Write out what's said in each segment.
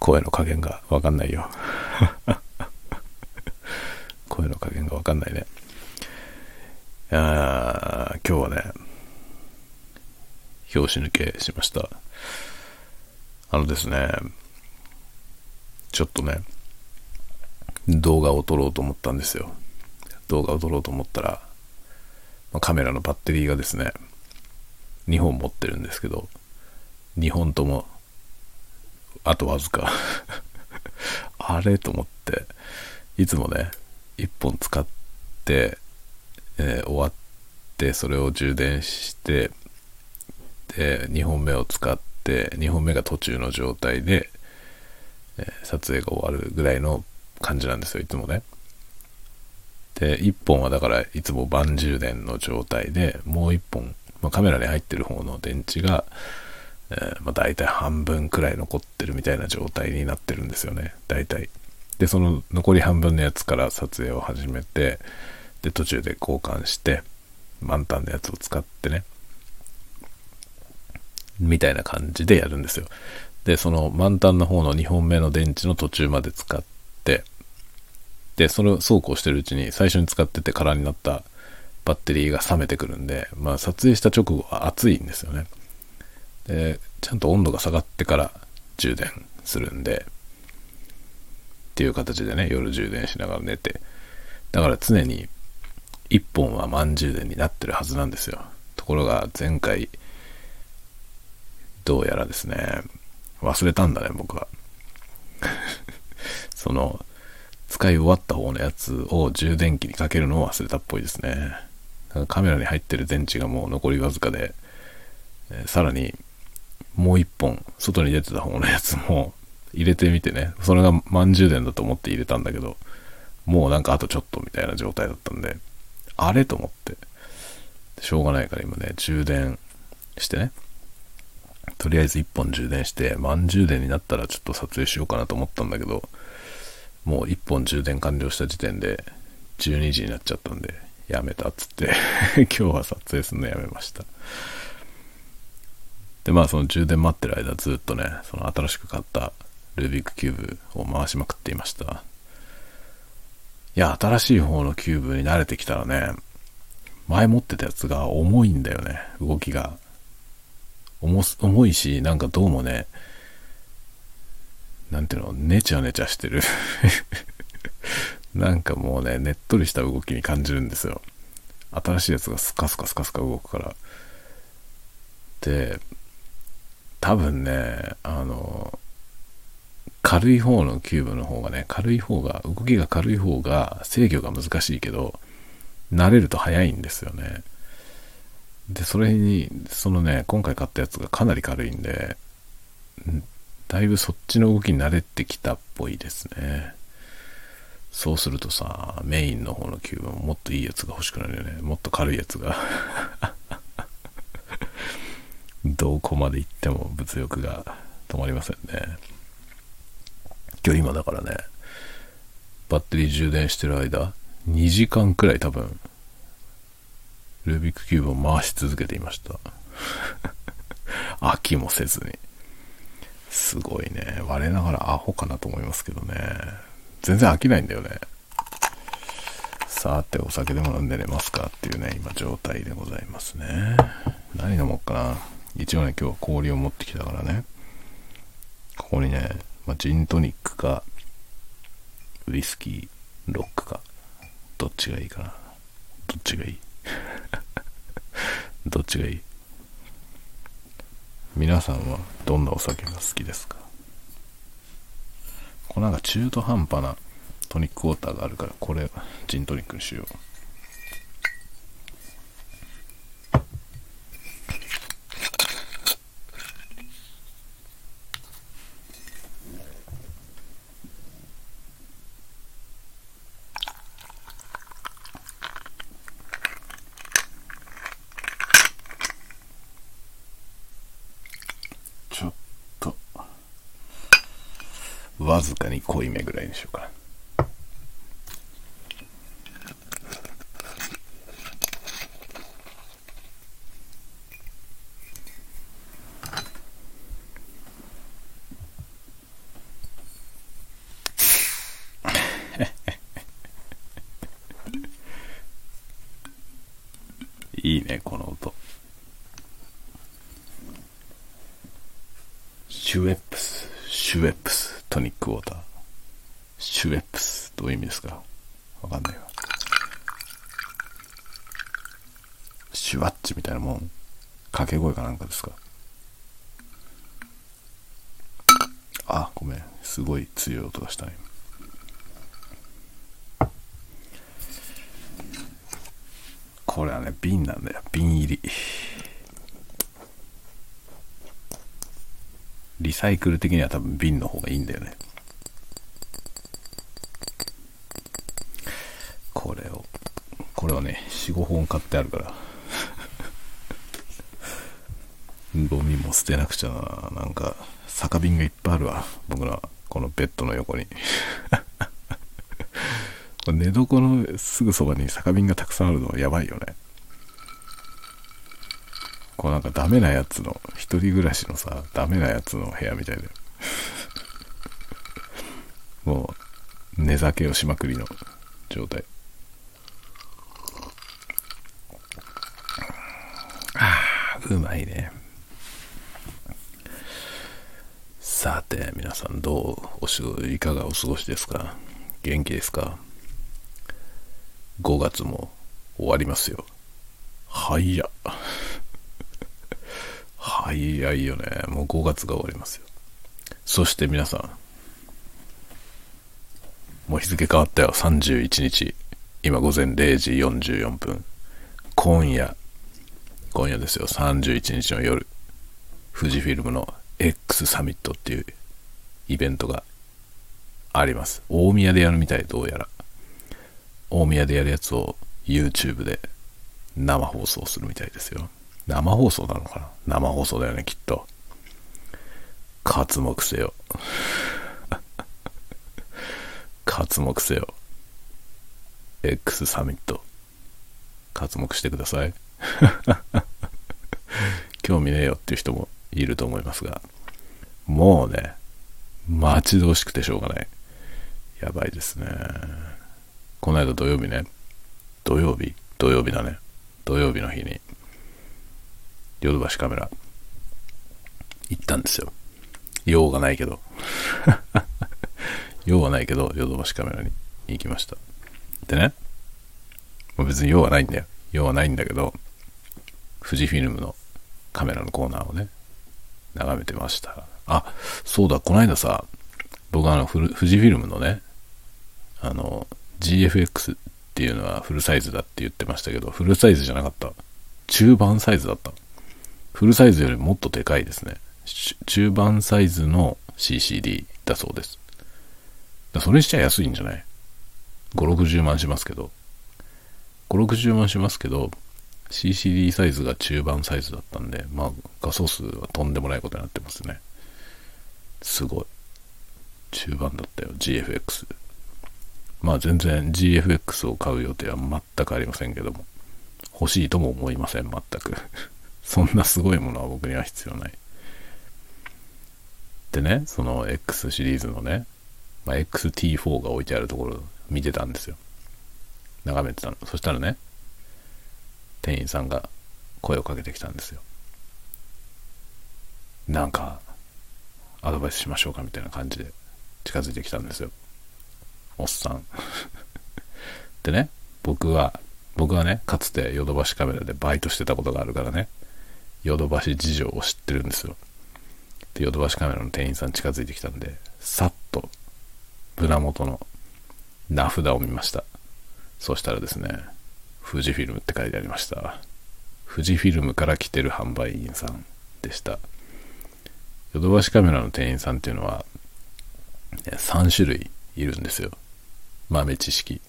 声の加減がわかんないよ。声の加減がわかんないね。今日はね、拍子抜けしました。ですね、ちょっとね、動画を撮ろうと思ったんですよ。動画を撮ろうと思ったら、カメラのバッテリーがですね、2本持ってるんですけど、2本ともあとわずかあれと思って、いつもね1本使って、終わってそれを充電して、で2本目を使って2本目が途中の状態で、撮影が終わるぐらいの感じなんですよ、いつもね。で1本はだからいつも満充電の状態で、もう1本、カメラに入ってる方の電池が、だいたい半分くらい残ってるみたいな状態になってるんですよね、だいたい。でその残り半分のやつから撮影を始めて、で途中で交換して満タンのやつを使ってね、みたいな感じでやるんですよ。でその満タンの方の2本目の電池の途中まで使って、でそれをそうこうしてるうちに最初に使ってて空になったバッテリーが冷めてくるんで、撮影した直後は暑いんですよね。でちゃんと温度が下がってから充電するんでっていう形でね、夜充電しながら寝て、だから常に1本は満充電になってるはずなんですよ。ところが前回どうやらですね、忘れたんだね、僕はその使い終わった方のやつを充電器にかけるのを忘れたっぽいですね。だからカメラに入ってる電池がもう残りわずかで、さらにもう一本外に出てた方のやつも入れてみてね、それが満充電だと思って入れたんだけど、もうなんかあとちょっとみたいな状態だったんで、あれと思って、しょうがないから今ね充電してね、とりあえず1本充電して満充電になったらちょっと撮影しようかなと思ったんだけど、もう1本充電完了した時点で12時になっちゃったんでやめたっつって今日は撮影するのやめました。でその充電待ってる間ずっとね、その新しく買ったルービックキューブを回しまくっていました。いや、新しい方のキューブに慣れてきたらね、前持ってたやつが重いんだよね。動きが重いし、なんかどうもね、なんていうの、ネチャネチャしてるなんかもうね、ねっとりした動きに感じるんですよ。新しいやつがスカスカスカスカ動くから。で多分ね、軽い方のキューブの方がね、動きが軽い方が制御が難しいけど、慣れると早いんですよね。で、それに、そのね、今回買ったやつがかなり軽いんで、だいぶそっちの動きに慣れてきたっぽいですね。そうするとさ、メインの方のキューブももっといいやつが欲しくなるよね。もっと軽いやつが。どこまで行っても物欲が止まりませんね。今日今だからね、バッテリー充電してる間2時間くらい多分ルービックキューブを回し続けていました飽きもせずに。すごいね。我ながらアホかなと思いますけどね、全然飽きないんだよね。さて、お酒でも飲んで寝ますかっていうね、今状態でございますね。何飲もうかな。一応ね、今日は氷を持ってきたからね、ここにね、ジントニックかウイスキーロックか、どっちがいいかな。どっちがいいどっちがいい。皆さんはどんなお酒が好きですか。これなんか中途半端なトニックウォーターがあるから、これジントニックにしよう。ちょっとわずかに濃いめぐらいにしようかな。 ね、この音。シュエップス、トニックウォーター。シュエップス、どういう意味ですか？わかんないわ。シュワッチみたいなもん。掛け声かなんかですか？あ、ごめん。すごい強い音がしたね。これはね、瓶なんだよ。瓶入り。リサイクル的には多分瓶の方がいいんだよね。これをね、4、5本買ってあるから。ゴミも捨てなくちゃな。なんか、酒瓶がいっぱいあるわ。僕のこのベッドの横に。寝床のすぐそばに酒瓶がたくさんあるのはやばいよね。こうなんかダメなやつの、一人暮らしのさ、ダメなやつの部屋みたいで。もう、寝酒をしまくりの状態。うまいね。さて、皆さんいかがお過ごしですか？元気ですか？5月も終わりますよ。早っ。早いよね。もう5月が終わりますよ。そして皆さん、もう日付変わったよ。31日。今午前0時44分。今夜ですよ。31日の夜。富士フィルムの X サミットっていうイベントがあります。大宮でやるみたい、どうやら。大宮でやるやつを YouTube で生放送するみたいですよ。生放送なのかな？生放送だよね、きっと。刮目せよ。刮目せよ。X サミット。刮目してください。興味ねえよっていう人もいると思いますが、もうね、待ち遠しくてしょうがない。やばいですね。この間土曜日ね、土曜日だね。土曜日の日にヨドバシカメラ行ったんですよ。用がないけどヨドバシカメラに行きました。でね、別に用はないんだけど、富士フィルムのカメラのコーナーをね、眺めてました。あ、そうだ、この間さ、僕富士フィルムのね、GFX っていうのはフルサイズだって言ってましたけど、フルサイズじゃなかった。中盤サイズだった。フルサイズよりもっとでかいですね。中盤サイズの CCD だそうです。それにしちゃ安いんじゃない？ 5、60万しますけど、CCD サイズが中盤サイズだったんで、まあ画素数はとんでもないことになってますね。すごい。中盤だったよ、GFX。まあ全然 GFX を買う予定は全くありませんけども、欲しいとも思いません、全く。そんなすごいものは僕には必要ない。でね、その X シリーズのね、XT4 が置いてあるところを見てたんですよ。眺めてたの。そしたらね、店員さんが声をかけてきたんですよ。なんかアドバイスしましょうかみたいな感じで近づいてきたんですよ、おっさん。でね、僕はね、かつてヨドバシカメラでバイトしてたことがあるからね、ヨドバシ事情を知ってるんですよ。で、ヨドバシカメラの店員さん近づいてきたんで、さっと胸元の名札を見ました。そしたらですね、富士フィルムって書いてありました。富士フィルムから来てる販売員さんでした。ヨドバシカメラの店員さんっていうのは3種類いるんですよ。豆知識。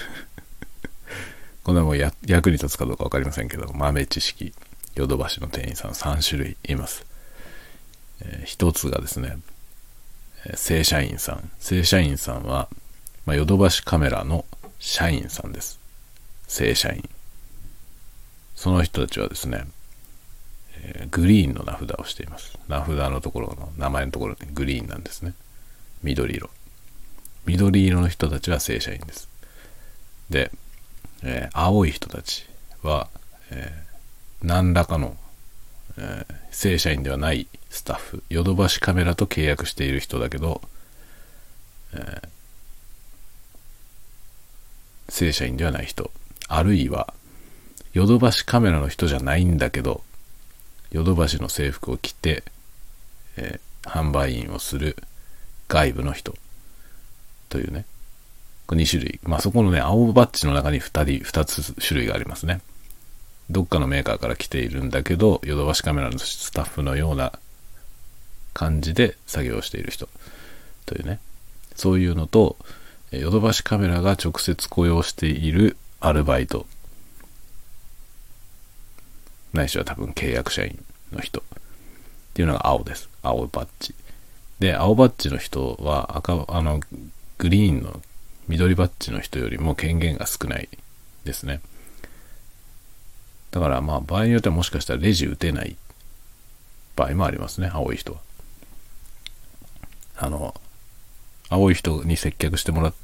これはもう役に立つかどうか分かりませんけど、豆知識。ヨドバシの店員さん3種類います。一つがですね、正社員さん。正社員さんは、ヨドバシカメラの社員さんです。正社員。その人たちはですね、グリーンの名札をしています。名札のところの名前のところにグリーンなんですね。緑色の人たちは正社員です。で、青い人たちは、 何らかの、正社員ではないスタッフ、ヨドバシカメラと契約している人だけど、正社員ではない人、あるいはヨドバシカメラの人じゃないんだけどヨドバシの制服を着て、販売員をする外部の人というね、これ2種類。まあそこのね、青バッジの中に2つ種類がありますね。どっかのメーカーから来ているんだけどヨドバシカメラのスタッフのような感じで作業をしている人というね、そういうのと、ヨドバシカメラが直接雇用しているアルバイトないしは多分契約社員の人っていうのが青です。青バッジで、青バッジの人はグリーンの緑バッジの人よりも権限が少ないですね。だからまあ場合によってはもしかしたらレジ打てない場合もありますね。青い人は青い人に接客してもらって、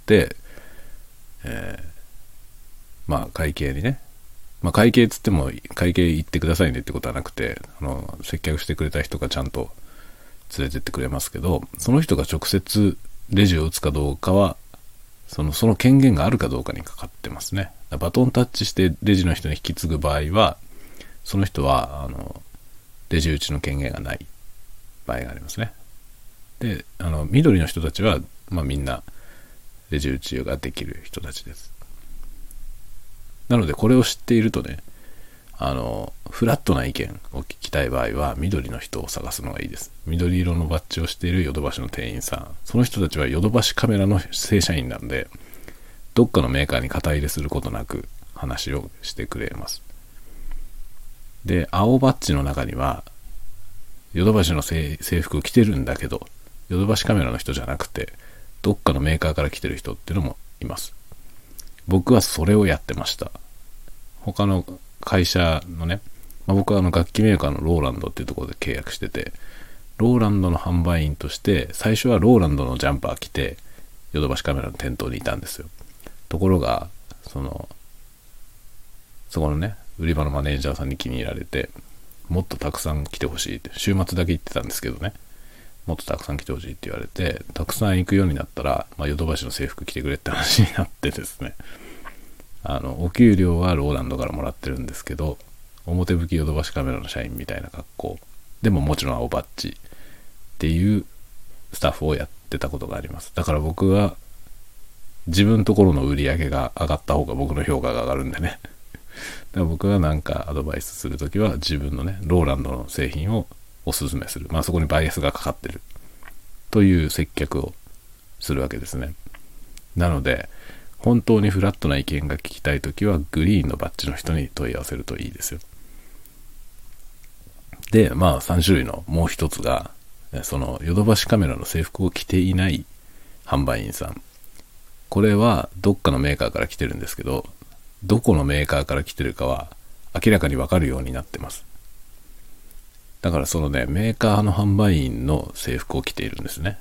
まあ会計にね、まあ会計つっても会計行ってくださいねってことはなくて、接客してくれた人がちゃんと連れてってくれますけど、その人が直接レジを打つかどうかはその権限があるかどうかにかかってますね。バトンタッチしてレジの人に引き継ぐ場合はその人はレジ打ちの権限がない場合がありますね。で、緑の人たちは、まあ、みんなレジ打ちができる人たちです。なのでこれを知っているとね、フラットな意見を聞きたい場合は緑の人を探すのがいいです。緑色のバッジをしているヨドバシの店員さん、その人たちはヨドバシカメラの正社員なんで、どっかのメーカーに肩入れすることなく話をしてくれます。で、青バッジの中にはヨドバシの制服を着てるんだけどヨドバシカメラの人じゃなくてどっかのメーカーから来てる人っていうのもいます。僕はそれをやってました。他の会社のね、まあ、僕は楽器メーカーのローランドっていうところで契約してて、ローランドの販売員として最初はローランドのジャンパー着てヨドバシカメラの店頭にいたんですよ。ところがそこのね売り場のマネージャーさんに気に入られて、もっとたくさん来てほしいって、週末だけ行ってたんですけどね、もっとたくさん来てほしいって言われて、たくさん行くようになったら、まあ、ヨドバシの制服着てくれって話になってですね、お給料はローランドからもらってるんですけど、表向きヨドバシカメラの社員みたいな格好でももちろん青バッジっていうスタッフをやってたことがあります。だから僕は自分のところの売り上げが上がった方が僕の評価が上がるんでねだから僕はなんかアドバイスするときは自分のねローランドの製品をおすすめする、まあそこにバイアスがかかってるという接客をするわけですね。なので本当にフラットな意見が聞きたいときはグリーンのバッジの人に問い合わせるといいですよ。で、まあ3種類のもう一つがそのヨドバシカメラの制服を着ていない販売員さん。これはどっかのメーカーから来てるんですけど、どこのメーカーから来てるかは明らかに分かるようになってます。だからそのね、メーカーの販売員の制服を着ているんですね。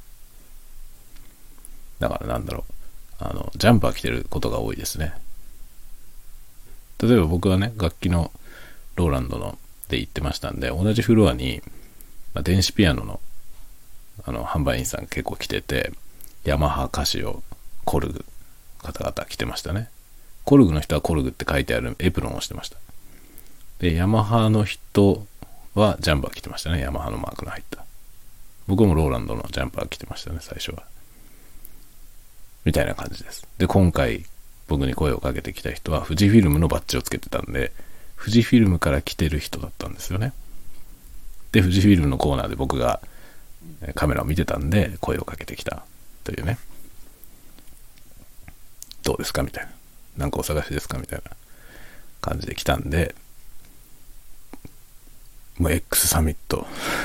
だからなんだろう、ジャンパー着てることが多いですね。例えば僕はね、楽器のローランドので行ってましたんで、同じフロアに、電子ピアノの販売員さん結構来てて、ヤマハ、カシオ、コルグ方々来てましたね。コルグの人はコルグって書いてあるエプロンをしてました。で、ヤマハの人はジャンパー着てましたね。ヤマハのマークの入った。僕もローランドのジャンパー着てましたね、最初は。みたいな感じです。で、今回僕に声をかけてきた人は富士フィルムのバッジをつけてたんで、富士フィルムから来てる人だったんですよね。で、富士フィルムのコーナーで僕がカメラを見てたんで声をかけてきたというね。どうですかみたいな。なんかお探しですかみたいな感じで来たんで、もう X サミット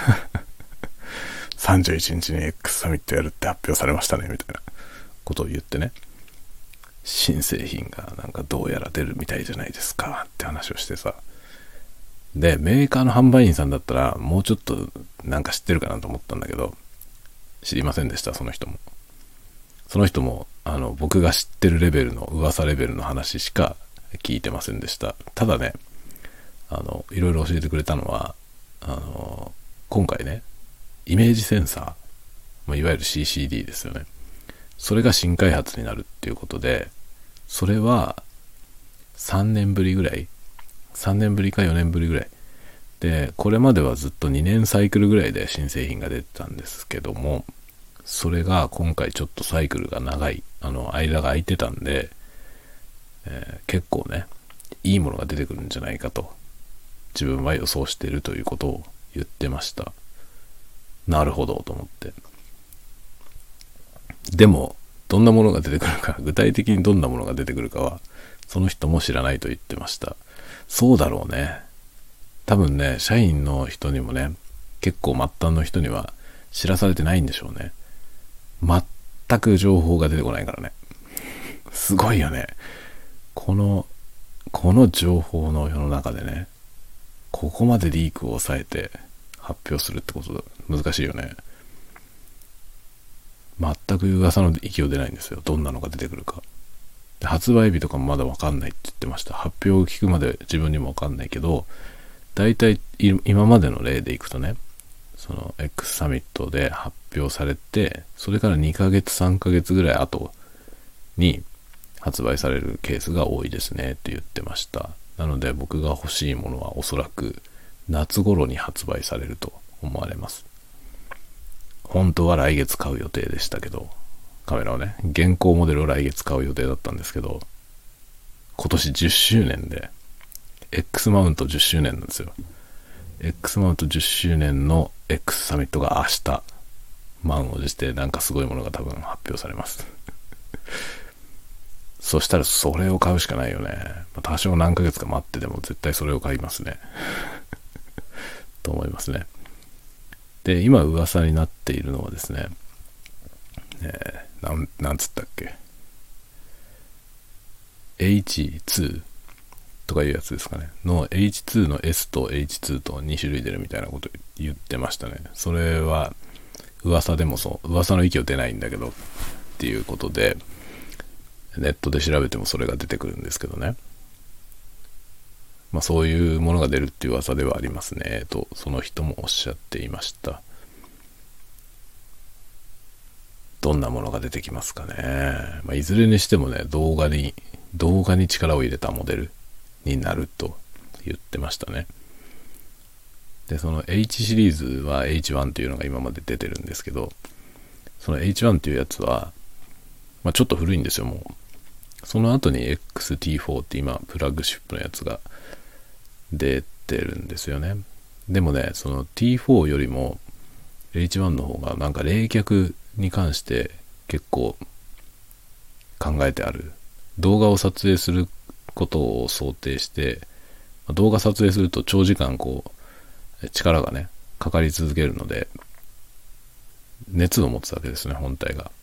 31日に X サミットやるって発表されましたねみたいなことを言ってね、新製品がなんかどうやら出るみたいじゃないですかって話をしてさ、でメーカーの販売員さんだったらもうちょっとなんか知ってるかなと思ったんだけど、知りませんでした。その人も僕が知ってるレベルの噂レベルの話しか聞いてませんでした。ただね、 いろいろ教えてくれたのは、今回ね、イメージセンサー、いわゆる CCD ですよね。それが新開発になるっていうことで、それは3年ぶりぐらい、3年ぶりか4年ぶりぐらいで、これまではずっと2年サイクルぐらいで新製品が出てたんですけども、それが今回ちょっとサイクルが長い、間が空いてたんで、結構ね、いいものが出てくるんじゃないかと自分は予想しているということを言ってました。なるほどと思って。でもどんなものが出てくるか、具体的にどんなものが出てくるかはその人も知らないと言ってました。そうだろうね。多分ね、社員の人にもね、結構末端の人には知らされてないんでしょうね。全く情報が出てこないからね。すごいよね。この情報の世の中でね、ここまでリークを抑えて発表するってこと難しいよね。全く噂の勢い出ないんですよ。どんなのが出てくるか。で、発売日とかもまだ分かんないって言ってました。発表を聞くまで自分にも分かんないけど、だいたい今までの例でいくとね、その X サミットで発表されて、それから2ヶ月3ヶ月ぐらい後に発売されるケースが多いですねって言ってました。なので僕が欲しいものはおそらく夏頃に発売されると思われます。本当は来月買う予定でしたけど、カメラをね、現行モデルを来月買う予定だったんですけど、今年10周年で X マウント10周年なんですよ。X マウント10周年の X サミットが明日満を持して、なんかすごいものが多分発表されますそしたらそれを買うしかないよね。多少何ヶ月か待ってでも絶対それを買いますねと思いますね。で、今噂になっているのはですね、なんつったっけ、 H2 とかいうやつですかねの H2 の S と H2 と2種類出るみたいなこと言ってましたね。それは噂でも噂の域を出ないんだけどっていうことで、ネットで調べてもそれが出てくるんですけどね。そういうものが出るっていう噂ではありますねとその人もおっしゃっていました。どんなものが出てきますかね。いずれにしてもね、動画に力を入れたモデルになると言ってましたね。で、その H シリーズは H1 というのが今まで出てるんですけど、その H1 というやつは、ちょっと古いんですよ、もう。その後に XT4 って今プラグシップのやつが出てるんですよね。でもね、その T4 よりも H1 の方がなんか冷却に関して結構考えてある。動画を撮影することを想定して、動画撮影すると長時間力がねかかり続けるので、熱を持つわけですね、本体が。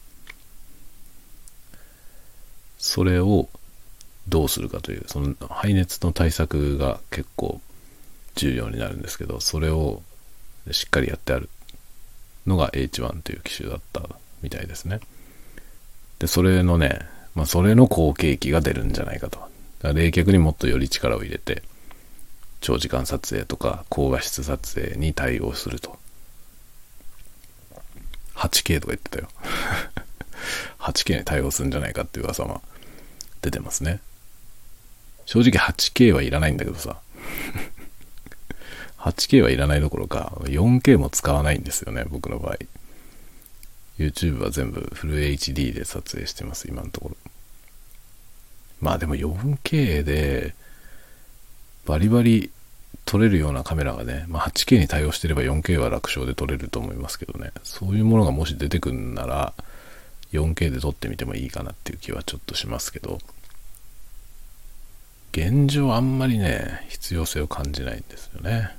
それをどうするかという、その排熱の対策が結構重要になるんですけど、それをしっかりやってあるのが H1 という機種だったみたいですね。で、それのね、それの後継機が出るんじゃないかと。だから冷却にもっとより力を入れて、長時間撮影とか高画質撮影に対応すると。8K とか言ってたよ8K に対応するんじゃないかっていう噂は出てますね。正直 8K はいらないんだけどさ8K はいらないどころか 4K も使わないんですよね、僕の場合。 YouTube は全部フル HD で撮影してます、今のところ。でも 4K でバリバリ撮れるようなカメラがね、8K に対応してれば 4K は楽勝で撮れると思いますけどね。そういうものがもし出てくるなら 4K で撮ってみてもいいかなっていう気はちょっとしますけど、現状あんまりね必要性を感じないんですよね、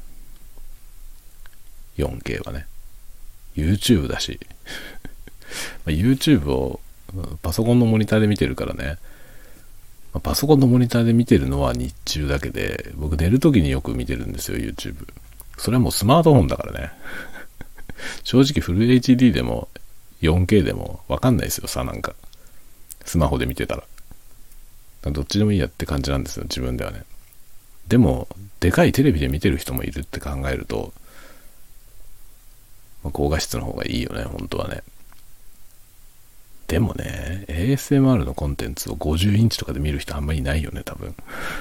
4K はね。 YouTube だしYouTube をパソコンのモニターで見てるからね。パソコンのモニターで見てるのは日中だけで、僕寝るときによく見てるんですよ YouTube。 それはもうスマートフォンだからね正直フル HD でも 4K でも分かんないですよさ、なんかスマホで見てたら。どっちでもいいやって感じなんですよ、自分ではね。 でもでかいテレビで見てる人もいるって考えると、高画質の方がいいよね、本当はね。でもね、ASMR のコンテンツを50インチとかで見る人あんまりいないよね、多分。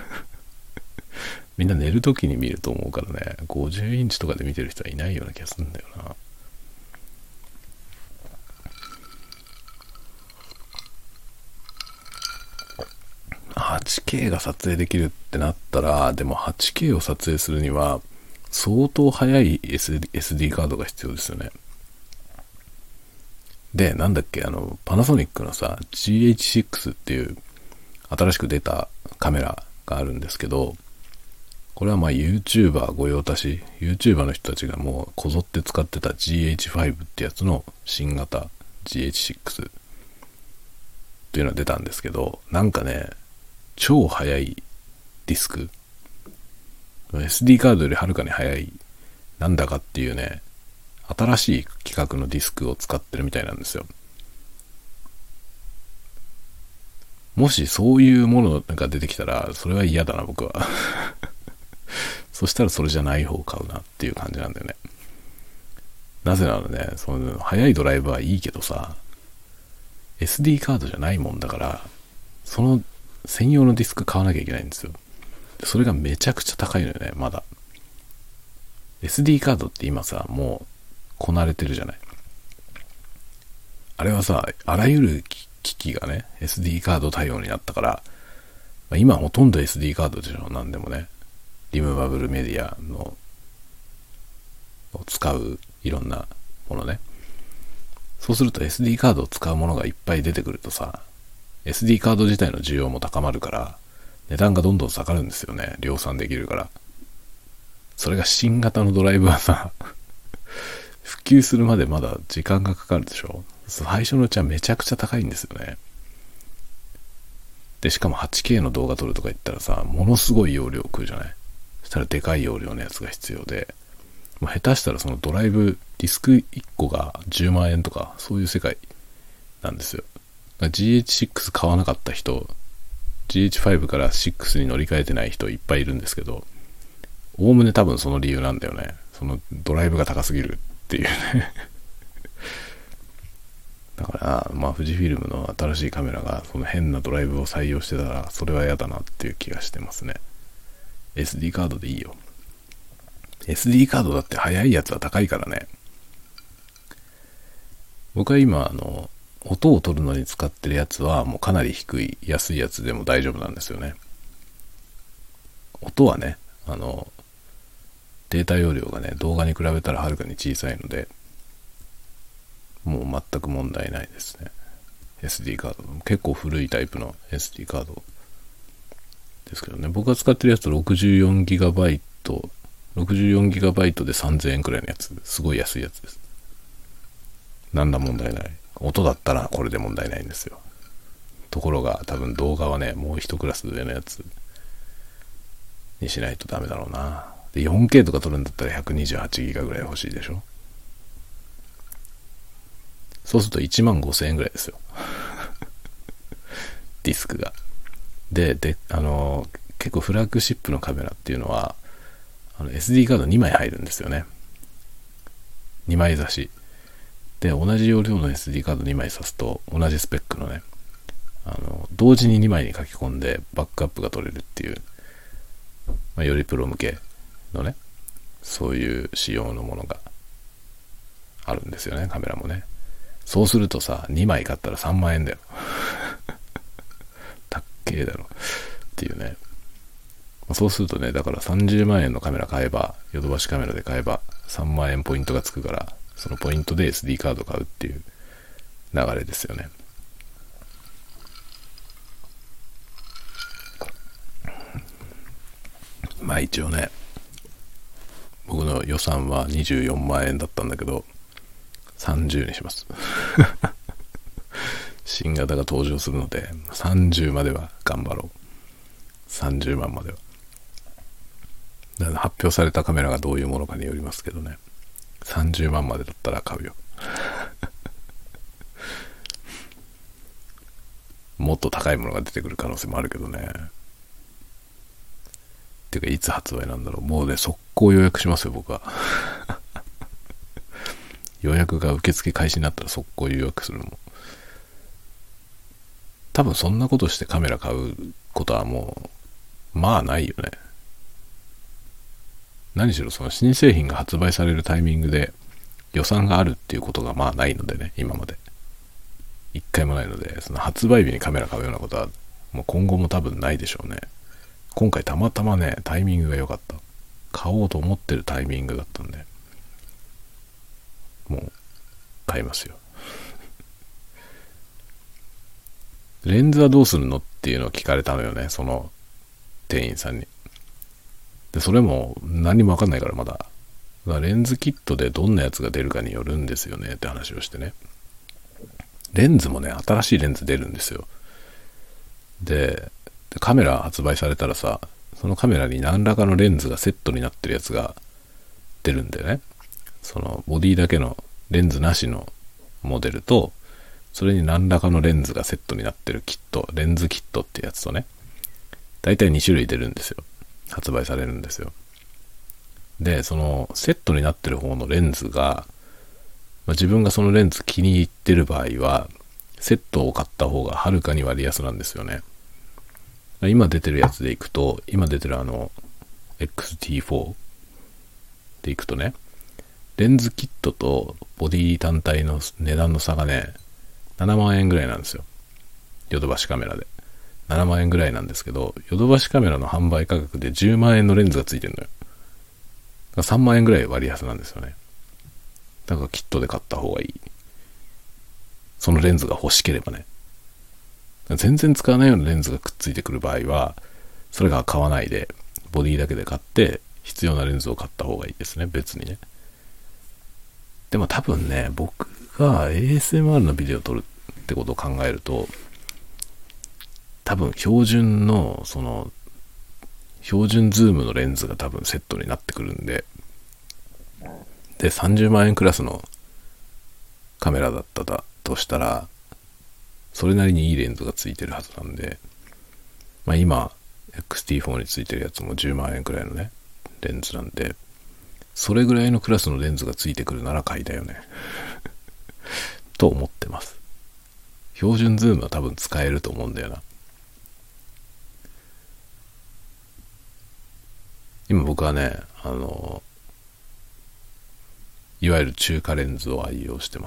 みんな寝るときに見ると思うからね、50インチとかで見てる人はいないような気がするんだよな。8K が撮影できるってなったら、でも 8K を撮影するには相当速い SD カードが必要ですよね。で、なんだっけ、パナソニックのさ、GH6 っていう新しく出たカメラがあるんですけど、これはまあ YouTuber 御用達、YouTuber の人たちがもうこぞって使ってた GH5 ってやつの新型 GH6 っていうのが出たんですけど、なんかね、超速いディスク、SD カードよりはるかに速い、なんだかっていうね、新しい規格のディスクを使ってるみたいなんですよ。もしそういうものが出てきたら、それは嫌だな、僕は。そしたらそれじゃない方を買うなっていう感じなんだよね。なぜならね、その速いドライブはいいけどさ、SD カードじゃないもんだから、その専用のディスク買わなきゃいけないんですよ。それがめちゃくちゃ高いのよね、まだ。SD カードって今さ、もうこなれてるじゃない。あれはさ、あらゆる機器がね、SD カード対応になったから、今ほとんど SD カードでしょ、なんでもね。リムーバブルメディアのを使ういろんなものね。そうすると SD カードを使うものがいっぱい出てくるとさ、SD カード自体の需要も高まるから、値段がどんどん下がるんですよね。量産できるから。それが新型のドライブはさ、普及するまでまだ時間がかかるでしょ。最初のうちはめちゃくちゃ高いんですよね。で、しかも 8K の動画撮るとか言ったらさ、ものすごい容量食うじゃない。そしたらでかい容量のやつが必要で、もう下手したらそのドライブ、ディスク1個が10万円とか、そういう世界なんですよ。GH6 買わなかった人、GH5 から6に乗り換えてない人いっぱいいるんですけど、おおむね多分その理由なんだよね。そのドライブが高すぎるっていうね。だからまあ富士フィルムの新しいカメラがその変なドライブを採用してたらそれは嫌だなっていう気がしてますね。SD カードでいいよ。SD カードだって速いやつは高いからね。僕は今音を取るのに使ってるやつはもうかなり低い安いやつでも大丈夫なんですよね。音はね、データ容量がね、動画に比べたらはるかに小さいので、もう全く問題ないですね。SD カード。結構古いタイプの SD カードですけどね。僕が使ってるやつ 64GB、64GB で3000円くらいのやつ。すごい安いやつです。なんだ問題ない。音だったらこれで問題ないんですよ。ところが多分動画はね、もう一クラス上のやつにしないとダメだろうな。で、4K とか撮るんだったら 128GB ぐらい欲しいでしょ。そうすると15,000円ぐらいですよ。ディスクが。で、結構フラッグシップのカメラっていうのは、SD カード2枚入るんですよね。2枚差し。で、同じ容量の SD カード2枚挿すと、同じスペックのね、同時に2枚に書き込んでバックアップが取れるっていう、よりプロ向けのね、そういう仕様のものがあるんですよね、カメラもね。そうするとさ、2枚買ったら3万円だよ。たっけえだろっていうね。そうするとね、だから30万円のカメラ買えば、ヨドバシカメラで買えば3万円ポイントがつくから、そのポイントで SD カード買うっていう流れですよね。まあ一応ね、僕の予算は24万円だったんだけど、30にします。新型が登場するので、30までは頑張ろう。30万までは。だから発表されたカメラがどういうものかによりますけどね。30万までだったら買うよ。もっと高いものが出てくる可能性もあるけどね。 ていうかいつ発売なんだろう。もうね、速攻予約しますよ、僕は。予約が受付開始になったら速攻予約するもん。多分そんなことしてカメラ買うことはもう、まあないよね。何しろその新製品が発売されるタイミングで予算があるっていうことがまあないのでね、今まで。一回もないので、その発売日にカメラ買うようなことは、もう今後も多分ないでしょうね。今回たまたまね、タイミングが良かった。買おうと思ってるタイミングだったんで、もう買いますよ。レンズはどうするのっていうのを聞かれたのよね、その店員さんに。で、それも何もわかんないからまだ。レンズキットでどんなやつが出るかによるんですよねって話をしてね。レンズもね、新しいレンズ出るんですよ。で、カメラ発売されたらさ、そのカメラに何らかのレンズがセットになってるやつが出るんでね。そのボディだけのレンズなしのモデルと、それに何らかのレンズがセットになってるキット、レンズキットってやつとね、だいたい2種類出るんですよ。発売されるんですよ。で、そのセットになってる方のレンズが、自分がそのレンズ気に入ってる場合は、セットを買った方がはるかに割安なんですよね。今出てるやつでいくと、今出てるXT4 でいくとね、レンズキットとボディ単体の値段の差がね、7万円ぐらいなんですよ。ヨドバシカメラで。7万円ぐらいなんですけど、ヨドバシカメラの販売価格で10万円のレンズがついてるのよ。だから3万円ぐらい割安なんですよね。だからキットで買った方がいい。そのレンズが欲しければね。全然使わないようなレンズがくっついてくる場合は、それが買わないで、ボディだけで買って、必要なレンズを買った方がいいですね、別にね。でも多分ね、僕が ASMR のビデオを撮るってことを考えると、多分標準の、標準ズームのレンズが多分セットになってくるんで、で、30万円クラスのカメラだったとしたら、それなりにいいレンズがついてるはずなんで、今、XT4 についてるやつも10万円くらいのね、レンズなんで、それぐらいのクラスのレンズがついてくるなら買いだよね。と思ってます。標準ズームは多分使えると思うんだよな。今僕はね、いわゆる中華レンズを愛用してます。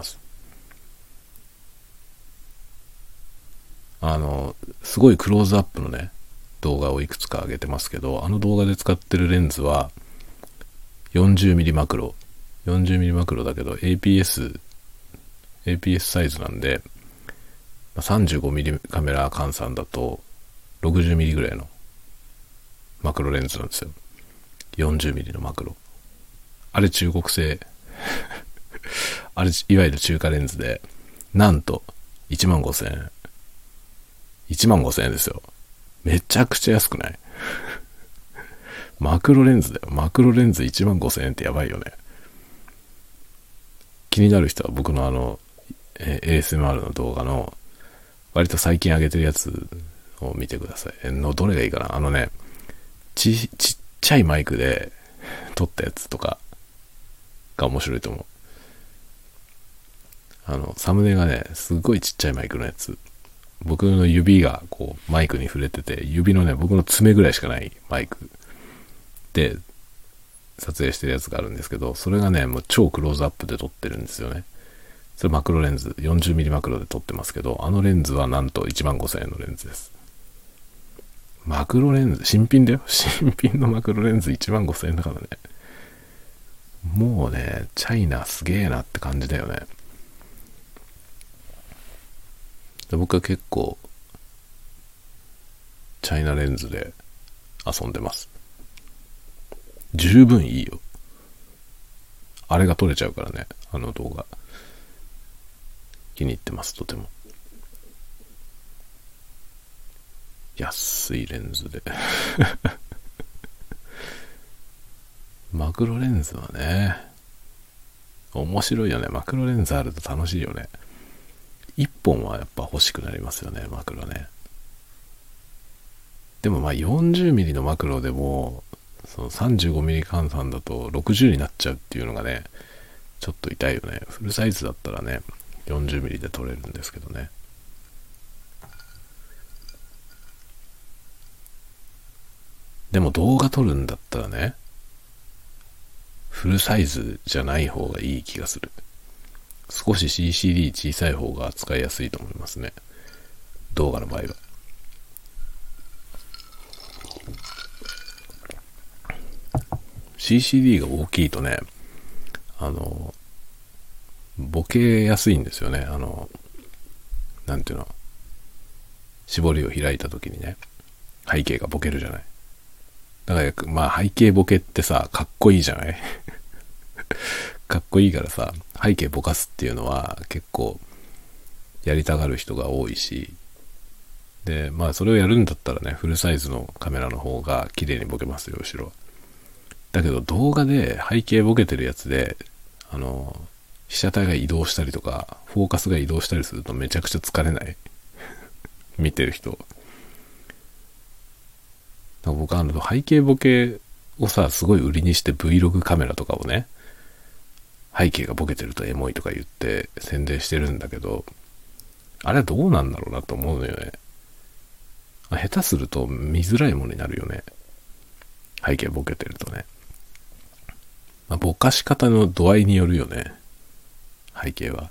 すごいクローズアップのね、動画をいくつか上げてますけど、あの動画で使ってるレンズは 40mm マクロ。40mm マクロだけど APS サイズなんで、35mm カメラ換算だと 60mm ぐらいのマクロレンズなんですよ。40mm のマクロ。あれ中国製。あれいわゆる中華レンズで、なんと15,000円。15,000円ですよ。めちゃくちゃ安くない？マクロレンズだよ。マクロレンズ15,000円ってやばいよね。気になる人は僕のASMR の動画の割と最近上げてるやつを見てください。どれがいいかな。ちっちゃいマイクで撮ったやつとかが面白いと思う。サムネがね、すっごいちっちゃいマイクのやつ。僕の指がこうマイクに触れてて、指のね、僕の爪ぐらいしかないマイクで撮影してるやつがあるんですけど、それがね、もう超クローズアップで撮ってるんですよね。それマクロレンズ、40mm マクロで撮ってますけど、あのレンズはなんと15,000円のレンズです。マクロレンズ、新品だよ。新品のマクロレンズ15,000円だからね。もうね、チャイナすげえなって感じだよね。で、僕は結構チャイナレンズで遊んでます。十分いいよ。あれが撮れちゃうからね、あの動画。気に入ってます、とても。安いレンズで。マクロレンズはね、面白いよね。マクロレンズあると楽しいよね。1本はやっぱ欲しくなりますよね、マクロね。でも40mm のマクロでもその 35mm 換算だと60になっちゃうっていうのがね、ちょっと痛いよね。フルサイズだったらね、40mm で撮れるんですけどね。でも動画撮るんだったらね、フルサイズじゃない方がいい気がする。少し CCD 小さい方が使いやすいと思いますね。動画の場合は。CCD が大きいとね、ボケやすいんですよね。なんていうの、絞りを開いた時にね、背景がボケるじゃない。だからまあ背景ボケってさ、かっこいいじゃないかっこいいからさ、背景ぼかすっていうのは結構やりたがる人が多いし、でまあそれをやるんだったらね、フルサイズのカメラの方が綺麗にボケますよ、後ろは。だけど動画で背景ボケてるやつで被写体が移動したりとかフォーカスが移動したりするとめちゃくちゃ疲れない見てる人。僕背景ボケをさ、すごい売りにして Vlog カメラとかをね、背景がボケてるとエモいとか言って宣伝してるんだけど、あれはどうなんだろうなと思うのよね。下手すると見づらいものになるよね、背景ボケてるとね。まあ、ぼかし方の度合いによるよね、背景は。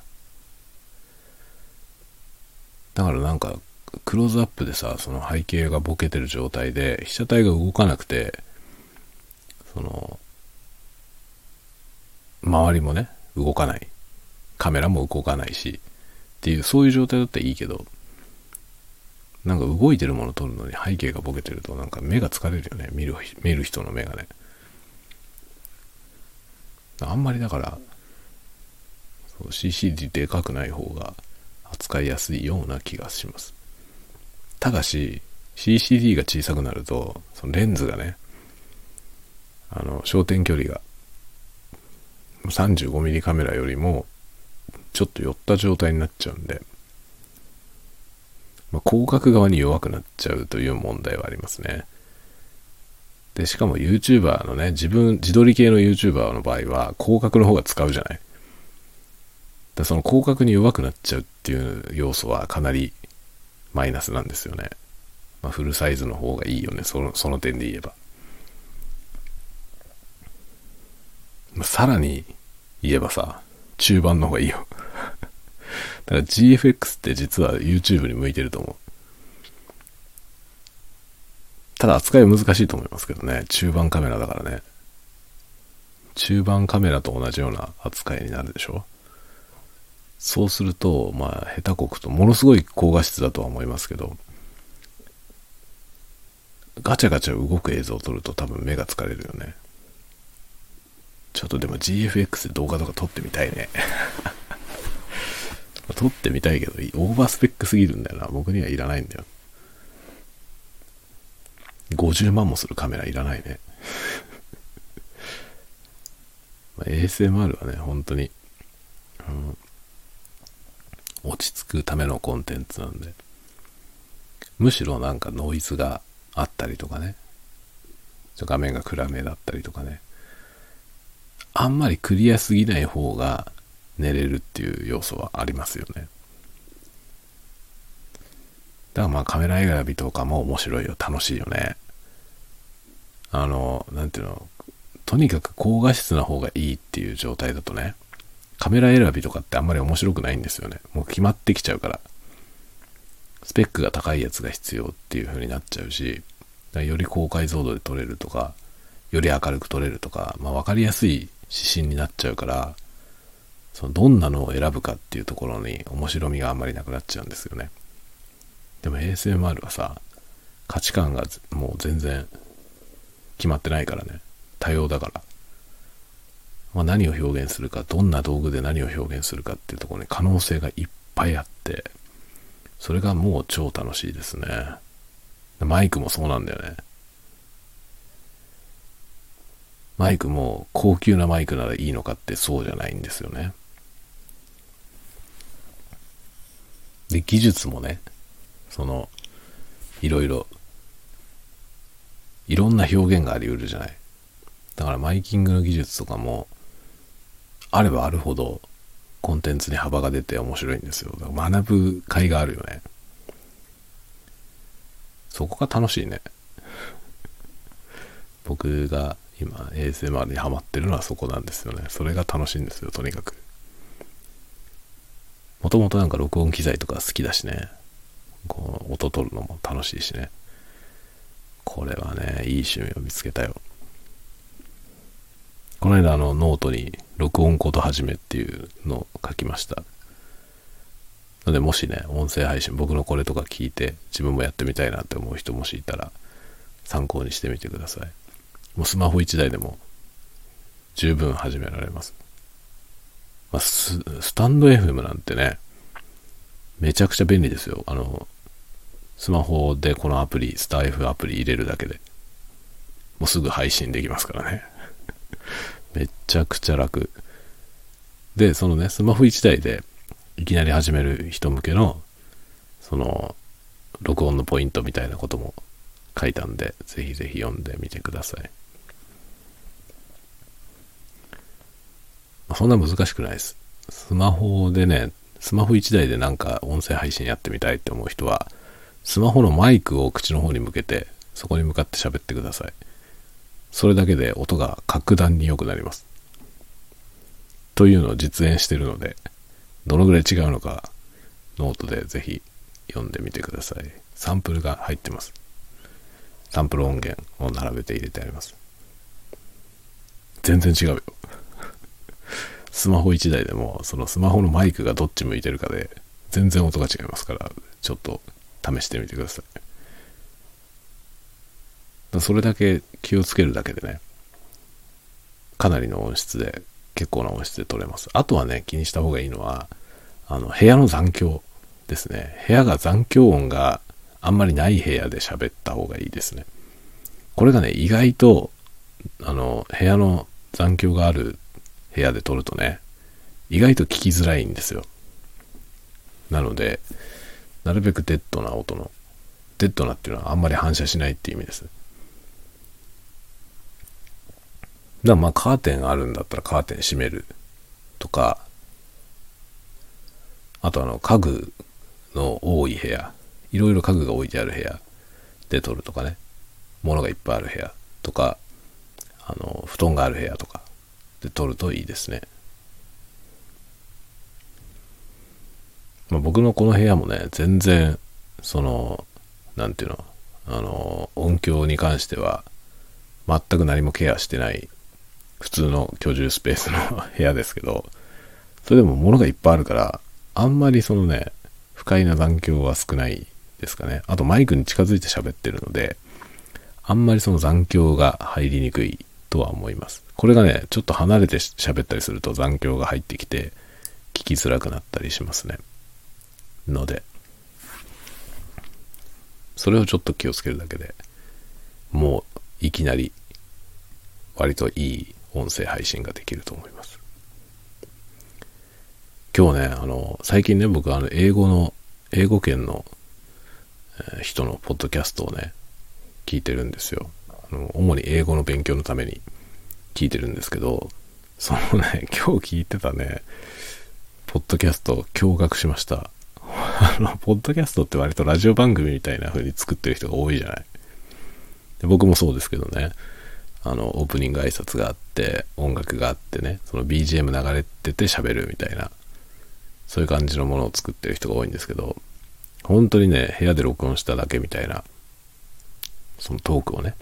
だからなんかクローズアップでさ、その背景がボケてる状態で被写体が動かなくて、その周りもね動かない、カメラも動かないしっていう、そういう状態だったらいいけど、なんか動いてるものを撮るのに背景がボケてるとなんか目が疲れるよね、見る人の目がね。あんまりだからCCD でかくない方が扱いやすいような気がします。ただし CCD が小さくなるとそのレンズがね、焦点距離が 35mm カメラよりもちょっと寄った状態になっちゃうんで、広角側に弱くなっちゃうという問題はありますね。でしかも YouTuber のね、自撮り系の YouTuber の場合は広角の方が使うじゃない。だその広角に弱くなっちゃうっていう要素はかなりマイナスなんですよね。フルサイズの方がいいよね、その点で言えば。さらに言えばさ、中盤の方がいいよ。だから GFX って実は YouTube に向いてると思う。ただ扱いは難しいと思いますけどね、中盤カメラだからね。中盤カメラと同じような扱いになるでしょ。そうすると下手こくとものすごい高画質だとは思いますけど、ガチャガチャ動く映像を撮ると多分目が疲れるよね。ちょっとでも GFX で動画とか撮ってみたいね。撮ってみたいけどオーバースペックすぎるんだよな。僕にはいらないんだよ。50万もするカメラいらないね。ASMR はね本当に、落ち着くためのコンテンツなんで、むしろなんかノイズがあったりとかね、画面が暗めだったりとかね、あんまりクリアすぎない方が寝れるっていう要素はありますよね。だからカメラ選びとかも面白いよ、楽しいよね。なんていうの、とにかく高画質な方がいいっていう状態だとね、カメラ選びとかってあんまり面白くないんですよね。もう決まってきちゃうから、スペックが高いやつが必要っていう風になっちゃうし、より高解像度で撮れるとか、より明るく撮れるとか、分かりやすい指針になっちゃうから、そのどんなのを選ぶかっていうところに面白みがあんまりなくなっちゃうんですよね。でも ASMR はさ、価値観がもう全然決まってないからね、多様だから、何を表現するか、どんな道具で何を表現するかっていうところに可能性がいっぱいあって、それがもう超楽しいですね。マイクもそうなんだよね。マイクも高級なマイクならいいのかってそうじゃないんですよね。で、技術もね、いろんな表現があり得るじゃない。 だからマイキングの技術とかもあればあるほどコンテンツに幅が出て面白いんですよ。だから学ぶ甲斐があるよね。そこが楽しいね。僕が今 ASMR にハマってるのはそこなんですよね。それが楽しいんですよ、とにかく。もともとなんか録音機材とか好きだしね、こう音取るのも楽しいしね。これはね、いい趣味を見つけたよ。この間ノートに録音コード始めっていうのを書きました。のでもしね、音声配信僕のこれとか聞いて自分もやってみたいなって思う人もしいたら参考にしてみてください。もうスマホ1台でも十分始められます。スタンド FM なんてね、めちゃくちゃ便利ですよ。スマホでこのアプリ、スター F アプリ入れるだけでもうすぐ配信できますからね。めちゃくちゃ楽で、そのね、スマホ1台でいきなり始める人向けのその録音のポイントみたいなことも書いたんで、ぜひぜひ読んでみてください。そんな難しくないです。スマホでね、スマホ1台でなんか音声配信やってみたいって思う人は、スマホのマイクを口の方に向けて、そこに向かって喋ってください。それだけで音が格段に良くなります。というのを実演しているので、どのぐらい違うのか、ノートでぜひ読んでみてください。サンプルが入ってます。サンプル音源を並べて入れてあります。全然違うよ。スマホ1台でもそのスマホのマイクがどっち向いてるかで全然音が違いますから、ちょっと試してみてください。それだけ気をつけるだけでね、かなりの音質で、結構な音質で撮れます。あとはね、気にした方がいいのは部屋の残響ですね。部屋が残響音があんまりない部屋で喋った方がいいですね。これがね、意外と部屋の残響がある部屋で撮るとね、意外と聞きづらいんですよ。なのでなるべくデッドな音の、デッドなっていうのはあんまり反射しないっていう意味です。だからまあカーテンあるんだったらカーテン閉めるとか、あと家具の多い部屋、いろいろ家具が置いてある部屋で撮るとかね、物がいっぱいある部屋とか、布団がある部屋とかで撮るといいですね。僕のこの部屋もね、全然なんていうの、音響に関しては全く何もケアしてない普通の居住スペースの部屋ですけど、それでも物がいっぱいあるからあんまり不快な残響は少ないですかね。あとマイクに近づいて喋ってるので、あんまり残響が入りにくいとは思います。これがね、ちょっと離れて喋ったりすると残響が入ってきて聞きづらくなったりしますね。のでそれをちょっと気をつけるだけでもういきなり割といい音声配信ができると思います。今日ね、最近ね、僕英語圏の人のポッドキャストをね聞いてるんですよ。主に英語の勉強のために聞いてるんですけど、今日聞いてたねポッドキャスト驚愕しました。ポッドキャストって割とラジオ番組みたいな風に作ってる人が多いじゃない。で僕もそうですけどね、オープニング挨拶があって音楽があってね、その BGM 流れてて喋るみたいな、そういう感じのものを作ってる人が多いんですけど、本当にね、部屋で録音しただけみたいなそのトークをね、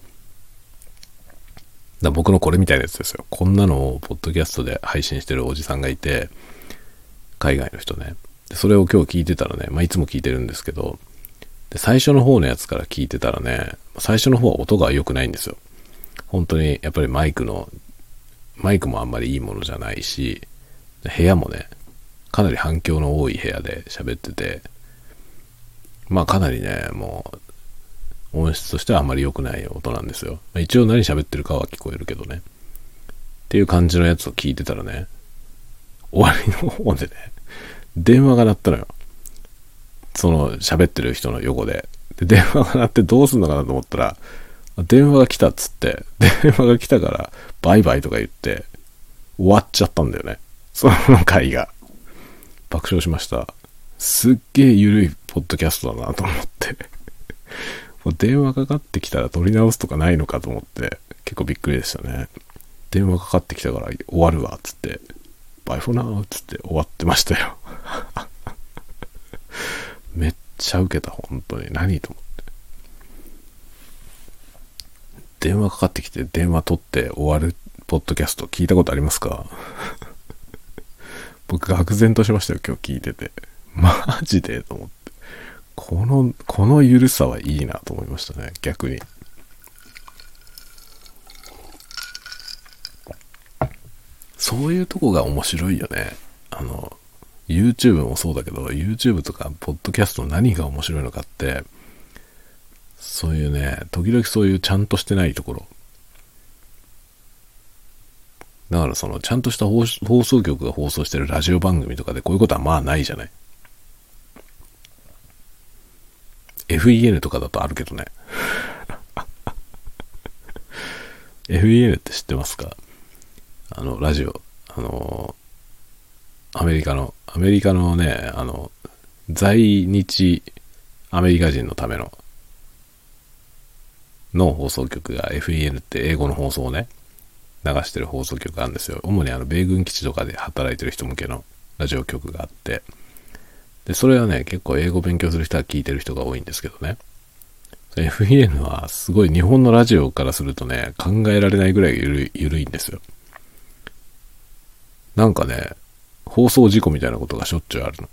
僕のこれみたいなやつですよ。こんなのをポッドキャストで配信してるおじさんがいて、海外の人ね、でそれを今日聞いてたらね、いつも聞いてるんですけど、で最初の方のやつから聞いてたらね、最初の方は音が良くないんですよ。本当にやっぱりマイクもあんまりいいものじゃないし、部屋もねかなり反響の多い部屋で喋ってて、かなりね、もう音質としてはあんまり良くない音なんですよ。一応何喋ってるかは聞こえるけどねっていう感じのやつを聞いてたらね、終わりの方でね電話が鳴ったのよ。喋ってる人の横で。電話が鳴ってどうすんのかなと思ったら、 電話が来たっつって、電話が来たからバイバイとか言って終わっちゃったんだよね。その回が。爆笑しました。すっげえゆるいポッドキャストだなと思って。もう電話かかってきたら取り直すとかないのかと思って結構びっくりでしたね。電話かかってきたから終わるわっつって、バイフォーナーっつって終わってましたよ。めっちゃウケた、本当に。何と思って。電話かかってきて電話取って終わるポッドキャスト聞いたことありますか？僕愕然としましたよ、今日聞いてて。マジでと思って。このゆるさはいいなと思いましたね、逆に。そういうとこが面白いよね。YouTube もそうだけど、YouTube とかポッドキャストの何が面白いのかって、そういうね、時々そういうちゃんとしてないところ。だからそのちゃんとした放送局が放送してるラジオ番組とかでこういうことはまあないじゃない。FEN とかだとあるけどね。FEN って知ってますか？ラジオ。アメリカのね、在日アメリカ人のための放送局が FEN って英語の放送をね、流してる放送局があるんですよ。主に米軍基地とかで働いてる人向けのラジオ局があって、で、それはね、結構英語勉強する人は聞いてる人が多いんですけどね。FEN はすごい日本のラジオからするとね、考えられないぐらいゆるいんですよ。なんかね、放送事故みたいなことがしょっちゅうある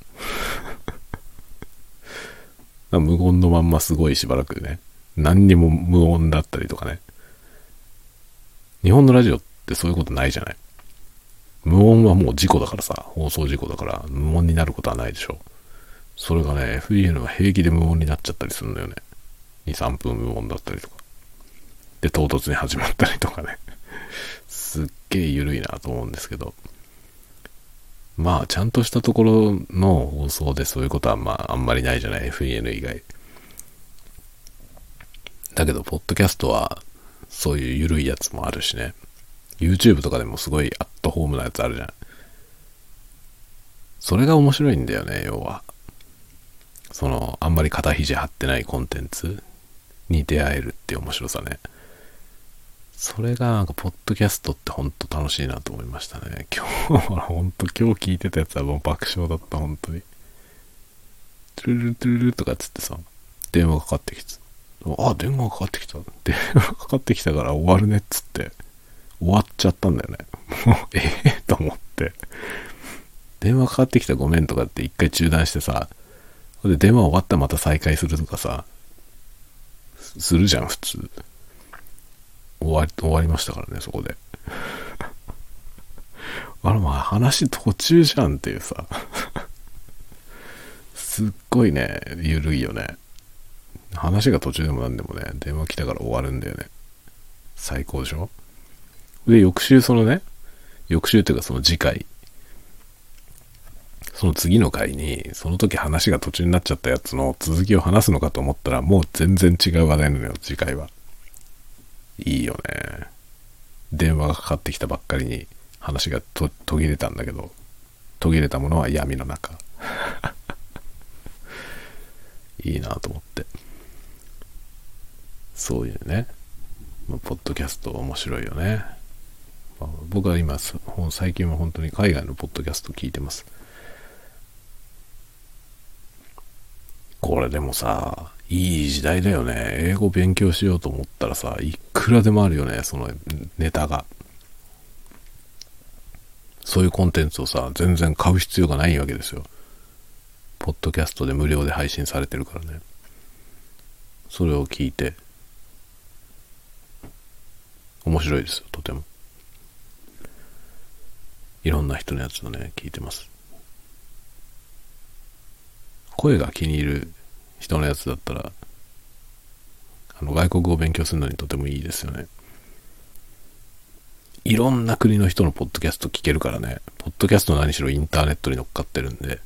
の。無言のまんますごいしばらくね、何にも無音だったりとかね。日本のラジオってそういうことないじゃない。無音はもう事故だからさ、放送事故だから無音になることはないでしょ。それがね、FEN は平気で無音になっちゃったりするんだよね。2、3分無音だったりとか。で、唐突に始まったりとかね。すっげえ緩いなと思うんですけど。まあ、ちゃんとしたところの放送でそういうことはまあ、あんまりないじゃない。FEN 以外。だけど、ポッドキャストは、そういう緩いやつもあるしね。YouTube とかでもすごいアットホームなやつあるじゃん。それが面白いんだよね、要は。あんまり肩肘張ってないコンテンツに出会えるっていう面白さね。それがなんか、ポッドキャストってほんと楽しいなと思いましたね。今日聞いてたやつはもう爆笑だった、本当に。トゥルルトゥルルとかっつってさ、電話かかってきて、電話かかってきた。電話かかってきたから終わるねっつって、終わっちゃったんだよね。もう、と思って。電話かかってきたごめんとかって一回中断してさ、で電話終わったらまた再開するとかさ、するじゃん、普通。終わりましたからね、そこで。まあ話途中じゃんっていうさ。すっごいね、ゆるいよね。話が途中でもなんでもね、電話来たから終わるんだよね。最高でしょ？で、翌週っていうかその次回、その次の回に、その時話が途中になっちゃったやつの続きを話すのかと思ったら、もう全然違う話題なのよ、次回は。いいよね。電話がかかってきたばっかりに話が途切れたんだけど、途切れたものは闇の中。いいなと思って。そういうね、ポッドキャスト面白いよね。僕は今、最近は本当に海外のポッドキャスト聞いてます。これでもさ、いい時代だよね。英語勉強しようと思ったらさ、いくらでもあるよね、そのネタが。そういうコンテンツをさ、全然買う必要がないわけですよ。ポッドキャストで無料で配信されてるからね。それを聞いて、面白いですよ、とても。いろんな人のやつをね、聞いてます。声が気に入る人のやつだったら、外国語を勉強するのにとてもいいですよね。いろんな国の人のポッドキャスト聞けるからね。ポッドキャスト何しろインターネットに乗っかってるんで、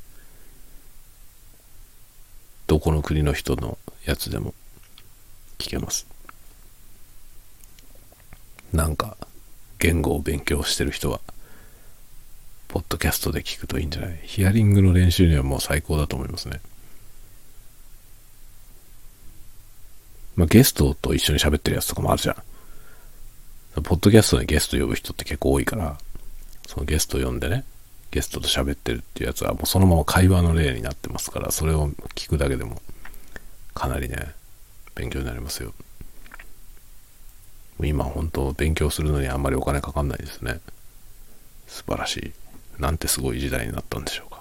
どこの国の人のやつでも聞けます。 なんか言語を勉強してる人はポッドキャストで聞くといいんじゃない？ヒアリングの練習にはもう最高だと思いますね。まあゲストと一緒に喋ってるやつとかもあるじゃん。ポッドキャストでゲスト呼ぶ人って結構多いから、そのゲスト呼んでね、ゲストと喋ってるっていうやつはもうそのまま会話の例になってますから、それを聞くだけでもかなりね勉強になりますよ。今本当勉強するのにあんまりお金かかんないですね。素晴らしい。なんてすごい時代になったんでしょうか。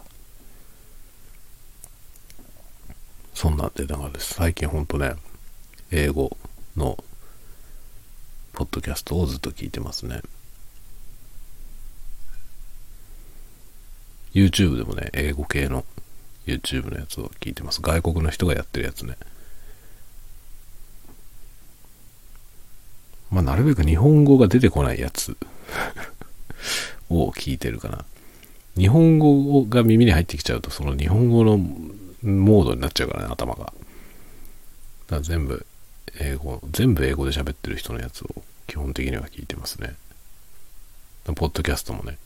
そんなんでだから最近本当ね、英語のポッドキャストをずっと聞いてますね。YouTube でもね、英語系の YouTube のやつを聞いてます。外国の人がやってるやつね。まあなるべく日本語が出てこないやつを聞いてるかな。日本語が耳に入ってきちゃうと、その日本語のモードになっちゃうからね、頭が。だから全部英語で喋ってる人のやつを基本的には聞いてますね。ポッドキャストもね。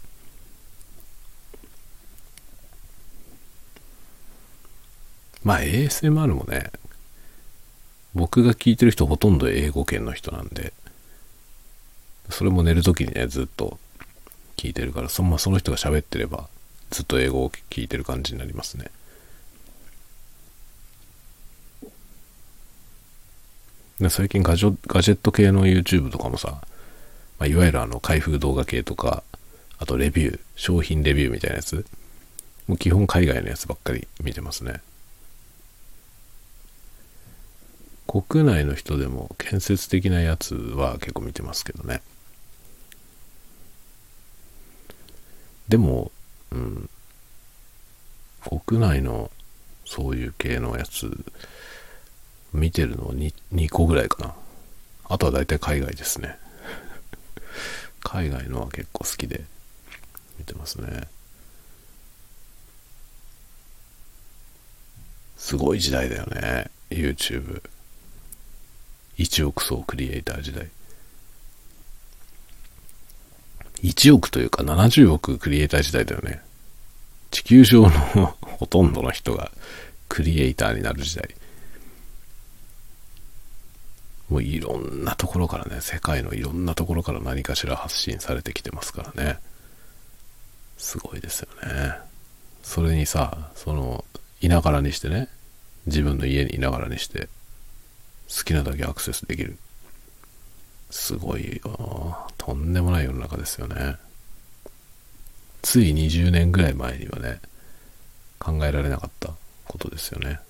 まあ ASMR もね、僕が聞いてる人ほとんど英語圏の人なんで、それも寝るときにねずっと聞いてるから、その人が喋ってればずっと英語を聞いてる感じになりますね。で最近ガジェット系の YouTube とかもさ、まあ、いわゆる開封動画系とか、あとレビュー、商品レビューみたいなやつ、もう基本海外のやつばっかり見てますね。国内の人でも建設的なやつは結構見てますけどね。でも、国内のそういう系のやつ見てるの2個ぐらいかな。あとは大体海外ですね。海外のは結構好きで見てますね。すごい時代だよね、 YouTube。 1億総クリエイター時代。1億というか70億クリエイター時代だよね。地球上のほとんどの人がクリエイターになる時代。もういろんなところからね、世界のいろんなところから何かしら発信されてきてますからね。すごいですよね。それにさ、いながらにしてね、自分の家にいながらにして好きなだけアクセスできる。すごいよ。とんでもない世の中ですよね。つい20年ぐらい前にはね、考えられなかったことですよね。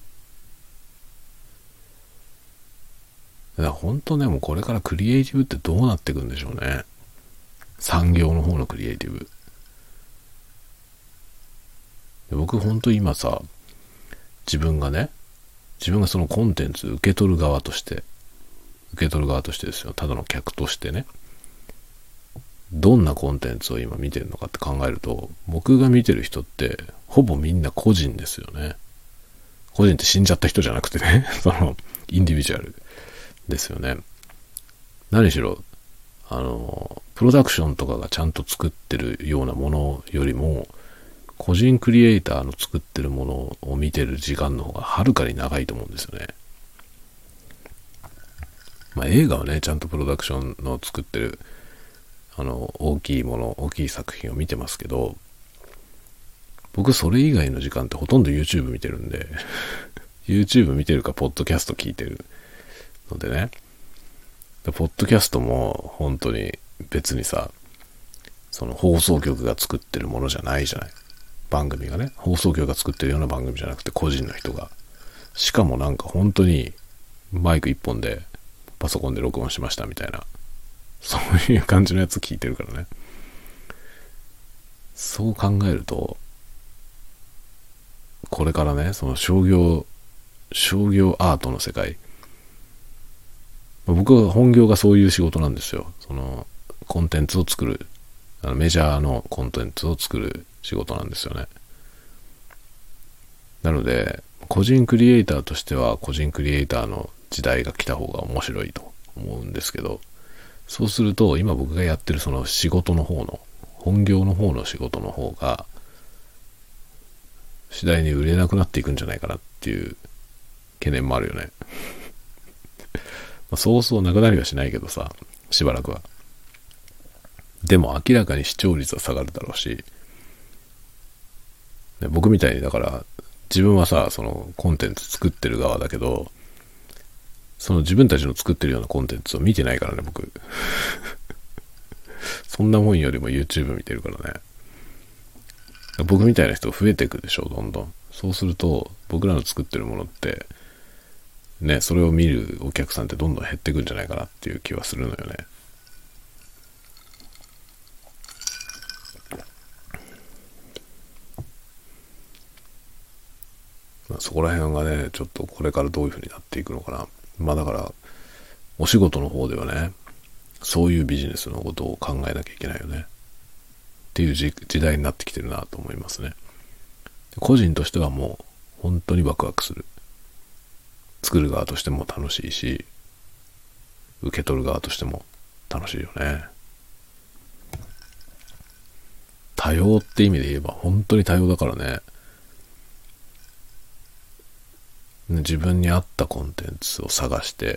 だから本当ね、もうこれからクリエイティブってどうなっていくんでしょうね。産業の方のクリエイティブ。で僕本当今さ、自分がそのコンテンツ受け取る側としてですよ。ただの客としてね。どんなコンテンツを今見てるのかって考えると、僕が見てる人ってほぼみんな個人ですよね。個人って死んじゃった人じゃなくてね、インディビジュアルですよね。何しろプロダクションとかがちゃんと作ってるようなものよりも、個人クリエイターの作ってるものを見てる時間の方がはるかに長いと思うんですよね。まあ映画はね、ちゃんとプロダクションの作ってる大きい作品を見てますけど、僕それ以外の時間ってほとんど YouTube 見てるんでYouTube 見てるかポッドキャスト聞いてるのでね。ポッドキャストも本当に別にさ、その放送局が作ってるものじゃないじゃない。番組がね、放送局が作ってるような番組じゃなくて個人の人が、しかもなんか本当にマイク一本でパソコンで録音しましたみたいな、そういう感じのやつ聞いてるからね。そう考えると、これからね、その商業アートの世界、僕は本業がそういう仕事なんですよ。そのコンテンツを作る、メジャーのコンテンツを作る仕事なんですよね。なので個人クリエイターとしては個人クリエイターの時代が来た方が面白いと思うんですけど、 そうすると今僕がやってるその仕事の方の本業の方の仕事の方が次第に売れなくなっていくんじゃないかなっていう懸念もあるよね。そうそうなくなりはしないけどさ、しばらくは。でも明らかに視聴率は下がるだろうし、僕みたいにだから自分はさ、そのコンテンツ作ってる側だけど、その自分たちの作ってるようなコンテンツを見てないからね、僕。そんなもんよりも YouTube 見てるからね。僕みたいな人増えていくでしょ、どんどん。そうすると僕らの作ってるものってね、それを見るお客さんってどんどん減っていくんじゃないかなっていう気はするのよね。そこら辺がね、ちょっとこれからどういう風になっていくのかな。まあだからお仕事の方ではね、そういうビジネスのことを考えなきゃいけないよねっていう時代になってきてるなと思いますね。個人としてはもう本当にワクワクする。作る側としても楽しいし、受け取る側としても楽しいよね。多様って意味で言えば本当に多様だからね。自分に合ったコンテンツを探して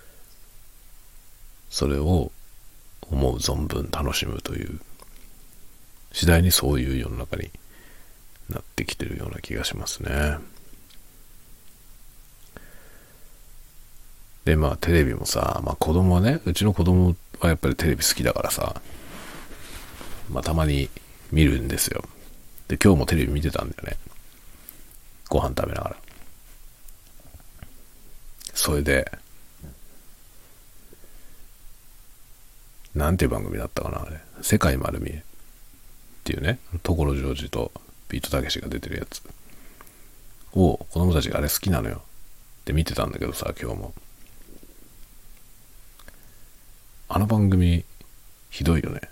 それを思う存分楽しむという次第にそういう世の中になってきてるような気がしますね。でまあテレビもさ、まあ子供はね、うちの子供はやっぱりテレビ好きだからさ、まあたまに見るんですよ。で今日もテレビ見てたんだよね、ご飯食べながら。それでなんていう番組だったかな、あれ、世界丸見えっていうね、所ジョージとビートたけしが出てるやつを子供たちがあれ好きなのよって見てたんだけどさ、今日もあの番組ひどいよね。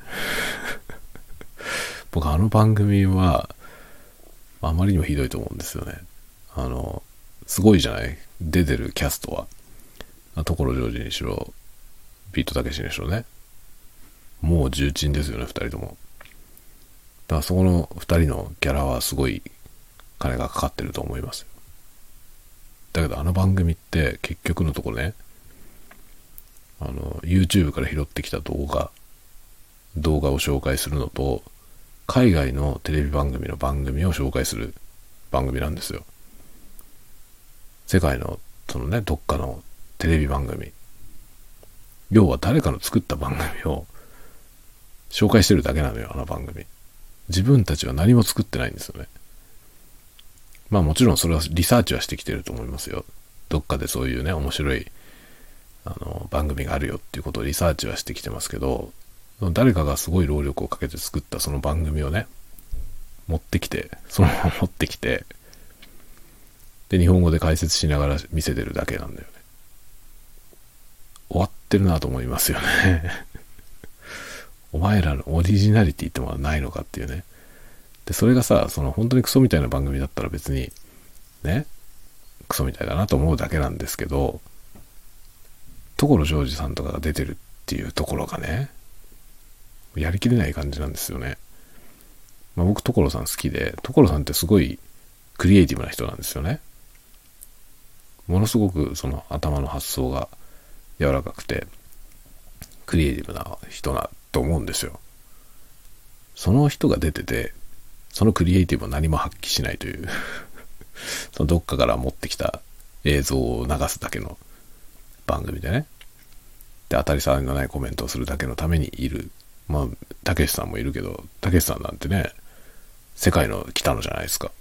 僕あの番組はあまりにもひどいと思うんですよね。すごいじゃない、出てるキャストは所ジョージにしろビートたけしにしろね、もう重鎮ですよね、二人とも。だからそこの二人のギャラはすごい金がかかってると思いますよ。だけどあの番組って結局のところね、YouTube から拾ってきた動画を紹介するのと、海外のテレビ番組の番組を紹介する番組なんですよ。世界のそのね、どっかのテレビ番組、要は誰かの作った番組を紹介してるだけなのよ、あの番組。自分たちは何も作ってないんですよね。まあもちろんそれはリサーチはしてきてると思いますよ。どっかでそういうね、面白い番組があるよっていうことをリサーチはしてきてますけど、誰かがすごい労力をかけて作ったその番組をね、持ってきて、そのまま持ってきて、で日本語で解説しながら見せてるだけなんだよね。終わってるなと思いますよね。お前らのオリジナリティってものはないのかっていうね。でそれがさ、その本当にクソみたいな番組だったら別にね、クソみたいだなと思うだけなんですけど、所ジョージさんとかが出てるっていうところがね、やりきれない感じなんですよね。まあ、僕所さん好きで、所さんってすごいクリエイティブな人なんですよね。ものすごくその頭の発想が柔らかくてクリエイティブな人だと思うんですよ。その人が出てて、そのクリエイティブを何も発揮しないというそのどっかから持ってきた映像を流すだけの番組でね、で当たり障りのないコメントをするだけのためにいる、まあたけしさんもいるけど、たけしさんなんてね、世界の北野じゃないですか。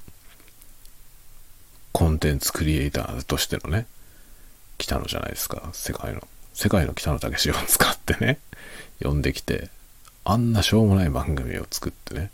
コンテンツクリエイターとしてのね、北野じゃないですか。世界の北野武を使ってね、呼んできて、あんなしょうもない番組を作ってね、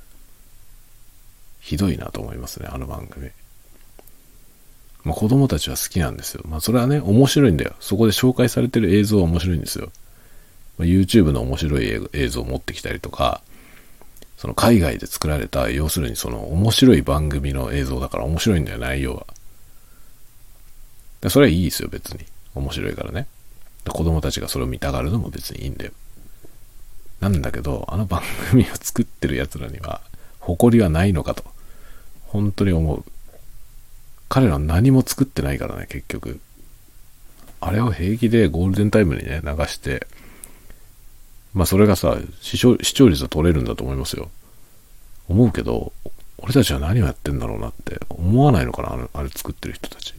ひどいなと思いますね、あの番組。まあ子供たちは好きなんですよ。まあそれはね、面白いんだよ。そこで紹介されてる映像は面白いんですよ。まあ、YouTube の面白い映像を持ってきたりとか、その海外で作られた、要するにその面白い番組の映像だから面白いんだよ、内容は。でそれはいいですよ、別に。面白いからね。 子供たちがそれを見たがるのも別にいいんだよ。なんだけど、あの番組を作ってる奴らには誇りはないのかと本当に思う。彼らは何も作ってないからね、結局。あれを平気でゴールデンタイムにね流して、まあそれがさ視聴率は取れるんだと思いますよ。思うけど、俺たちは何をやってんだろうなって思わないのかな、あれ作ってる人たち。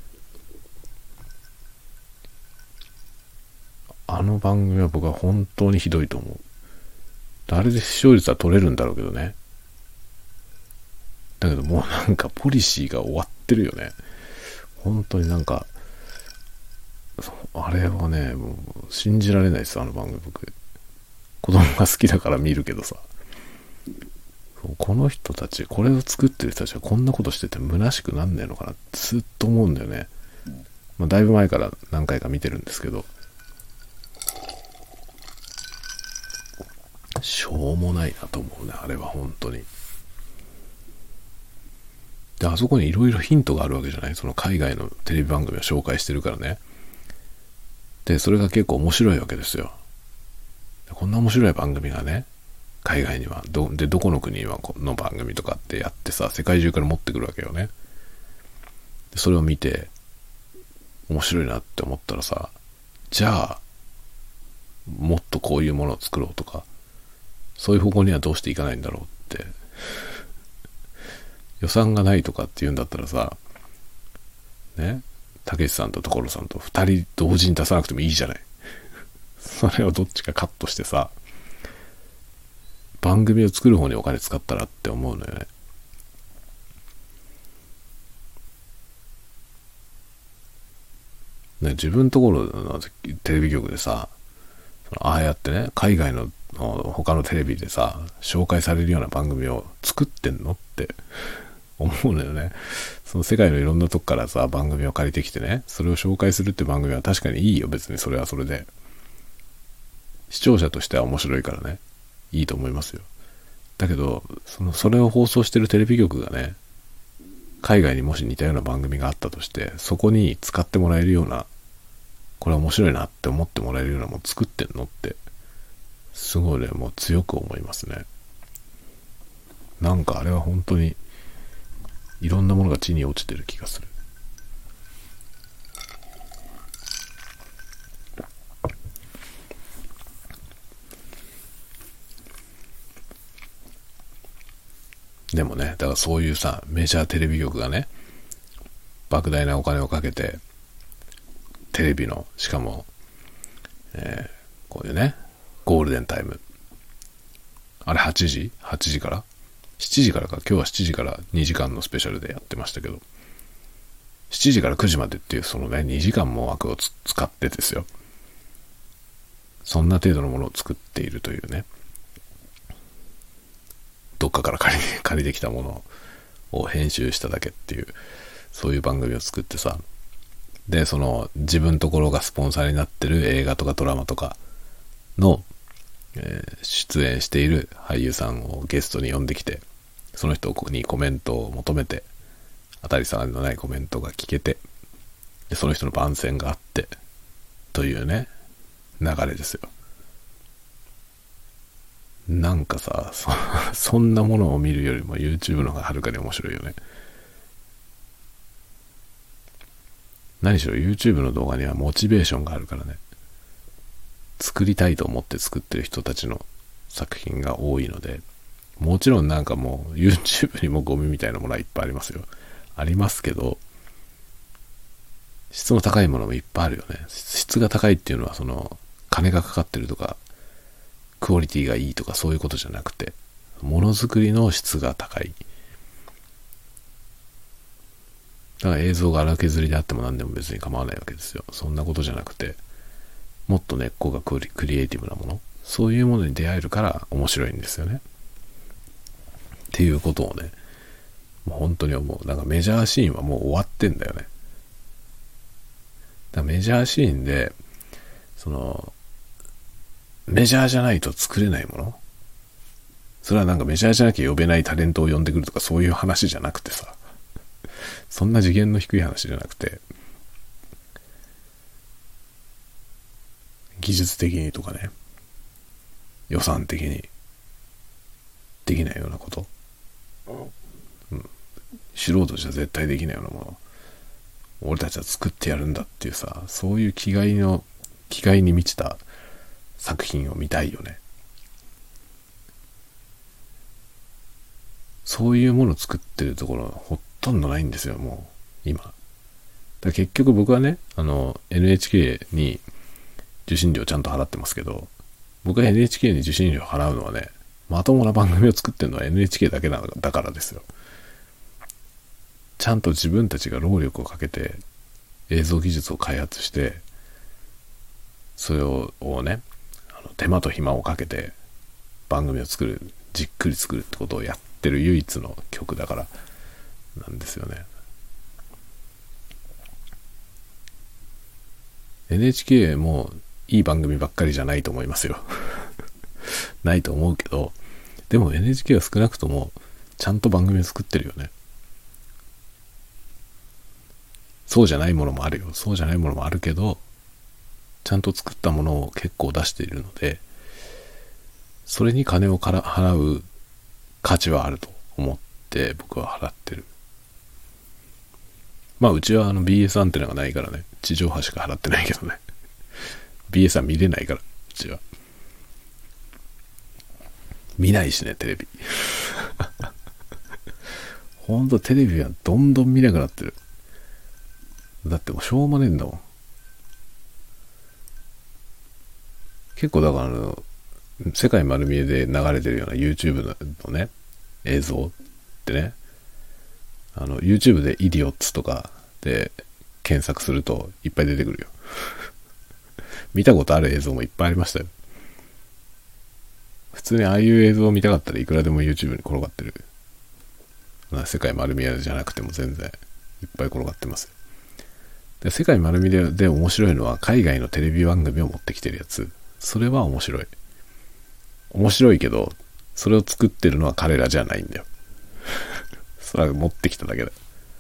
あの番組は僕は本当にひどいと思う。あれで視聴率は取れるんだろうけどね。だけどもうなんかポリシーが終わってるよね。本当になんか、あれはね、もう信じられないです、あの番組僕。子供が好きだから見るけどさ。この人たち、これを作ってる人たちはこんなことしてて虚しくなんねえのかなってずっと思うんだよね。まあ、だいぶ前から何回か見てるんですけど、しょうもないなと思うね、あれは本当に。で、あそこにいろいろヒントがあるわけじゃない。その海外のテレビ番組を紹介してるからね。で、それが結構面白いわけですよ。こんな面白い番組がね、海外にはどこの国はこの番組とかってやってさ、世界中から持ってくるわけよね。でそれを見て面白いなって思ったらさ、じゃあもっとこういうものを作ろうとか、そういう方向にはどうしていかないんだろうって。予算がないとかっていうんだったらさ、ね、たけしさんと所さんと2人同時に出さなくてもいいじゃない。それをどっちかカットしてさ、番組を作る方にお金使ったらって思うのよね。自分のところのテレビ局でさ、ああやってね、海外の他のテレビでさ、紹介されるような番組を作ってんのって思うのよね。その世界のいろんなとこからさ、番組を借りてきてね、それを紹介するって番組は確かにいいよ、別にそれはそれで。視聴者としては面白いからね、いいと思いますよ。だけど、それを放送してるテレビ局がね、海外にもし似たような番組があったとして、そこに使ってもらえるような、これ面白いなって思ってもらえるようなもの作ってんのって、すごいね、もう強く思いますね。なんかあれは本当にいろんなものが地に落ちてる気がする。でもね、だからそういうさ、メジャーテレビ局がね、莫大なお金をかけて、テレビの、しかも、こういうね、ゴールデンタイム。あれ8時 ?8 時から7時からか、今日は7時から2時間のスペシャルでやってましたけど、7時から9時までっていうそのね、2時間も枠を使ってですよ。そんな程度のものを作っているというね。どっかから借りてきたものを編集しただけっていう、そういう番組を作ってさ。で、その自分のところがスポンサーになってる映画とかドラマとかの、出演している俳優さんをゲストに呼んできて、その人にコメントを求めて、当たり障りのないコメントが聞けて、でその人の番宣があってというね、流れですよ。なんかさ、そんなものを見るよりも YouTube の方がはるかに面白いよね。何しろ YouTube の動画にはモチベーションがあるからね。作りたいと思って作ってる人たちの作品が多いので、もちろんなんかもう YouTube にもゴミみたいなものはいっぱいありますよ。ありますけど、質の高いものもいっぱいあるよね。質が高いっていうのはその金がかかってるとかクオリティがいいとかそういうことじゃなくて、ものづくりの質が高い。だから映像が荒削りであっても何でも別に構わないわけですよ。そんなことじゃなくて、もっと根っこがクリエイティブなもの、そういうものに出会えるから面白いんですよね。っていうことをね、もう本当に思う。なんかメジャーシーンはもう終わってんだよね。だからメジャーシーンで、そのメジャーじゃないと作れないもの、それはなんかメジャーじゃなきゃ呼べないタレントを呼んでくるとかそういう話じゃなくてさ、そんな次元の低い話じゃなくて、 技術的にとかね、予算的にできないようなこと、素人じゃ絶対できないようなもの、俺たちは作ってやるんだっていうさ、そういう気概に満ちた作品を見たいよね。そういうものを作ってるところほとんどないんですよ、もう今。だ結局僕はね、NHK に受信料ちゃんと払ってますけど、僕は NHK に受信料払うのはね、まともな番組を作ってるのは NHK だけだからですよ。ちゃんと自分たちが労力をかけて映像技術を開発して、それをね、手間と暇をかけて番組を作る、じっくり作るってことをやってる唯一の局だからなんですよね。NHK もいい番組ばっかりじゃないと思いますよないと思うけど、でも NHK は少なくともちゃんと番組を作ってるよね。そうじゃないものもあるよ。そうじゃないものもあるけど、ちゃんと作ったものを結構出しているので、それに金を払う価値はあると思って僕は払ってる。まあうちはBS アンテナがないからね、地上波しか払ってないけどね。BS は見れないから、うちは。見ないしね、テレビ。ほんとテレビはどんどん見なくなってる。だってもうしょうもねえんだもん。結構だから世界丸見えで流れてるような YouTube のね、映像ってね、YouTube でイディオッツとかで検索するといっぱい出てくるよ。見たことある映像もいっぱいありましたよ。普通にああいう映像を見たかったらいくらでも YouTube に転がってる。世界丸見えじゃなくても全然いっぱい転がってますよ。で、世界丸見えで面白いのは海外のテレビ番組を持ってきてるやつ。それは面白い。面白いけど、それを作ってるのは彼らじゃないんだよ。それは持ってきただけだ。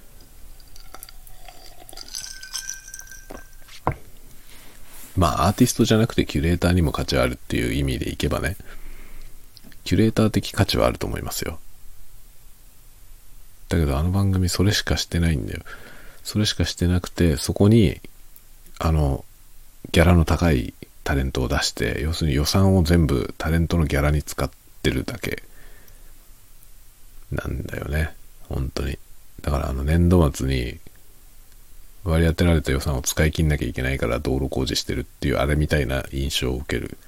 まあアーティストじゃなくてキュレーターにも価値はあるっていう意味でいけばね、キュレーター的価値はあると思いますよ。だけどあの番組それしかしてないんだよ。それしかしてなくて、そこにギャラの高いタレントを出して、要するに予算を全部タレントのギャラに使ってるだけなんだよね、本当に。だから年度末に割り当てられた予算を使い切んなきゃいけないから道路工事してるっていうあれみたいな印象を受ける。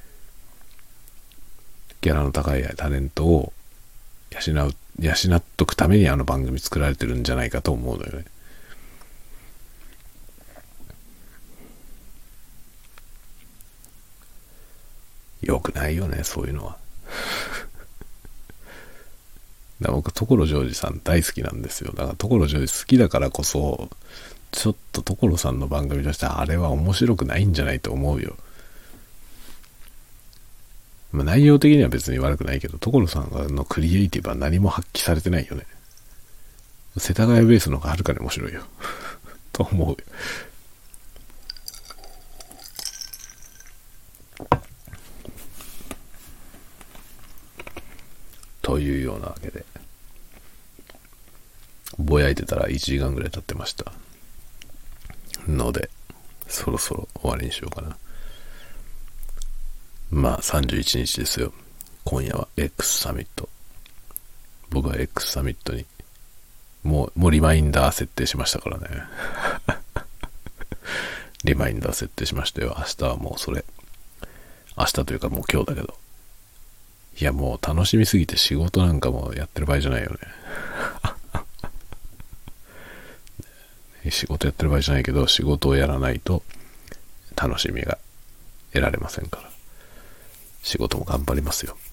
ギャラの高いタレントを養っとくためにあの番組作られてるんじゃないかと思うのよね。よくないよね、そういうのは。だから僕所ジョージさん大好きなんですよ。だから所ジョージ好きだからこそ、ちょっと所さんの番組としてはあれは面白くないんじゃないと思うよ。まあ、内容的には別に悪くないけど、所さんのクリエイティブは何も発揮されてないよね。世田谷ベースの方がはるかに面白いよと思うよ。というようなわけで、ぼやいてたら1時間ぐらい経ってましたので、そろそろ終わりにしようかな。まあ31日ですよ。今夜は X サミット。僕は X サミットにもうリマインダー設定しましたからね。リマインダー設定しましたよ。明日はもうそれ。明日というかもう今日だけど。いやもう楽しみすぎて仕事なんかもやってる場合じゃないよね。仕事やってる場合じゃないけど、仕事をやらないと楽しみが得られませんから。仕事も頑張りますよ。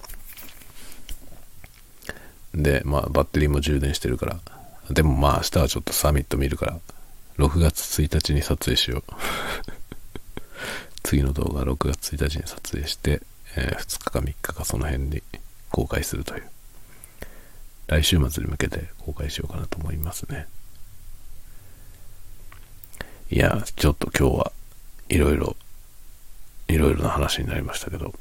で、まあバッテリーも充電してるから。でもまあ明日はちょっとサミット見るから、6月1日に撮影しよう。次の動画6月1日に撮影して、2日か3日かその辺に公開するという。来週末に向けて公開しようかなと思いますね。いや、ちょっと今日はいろいろいろいろな話になりましたけど、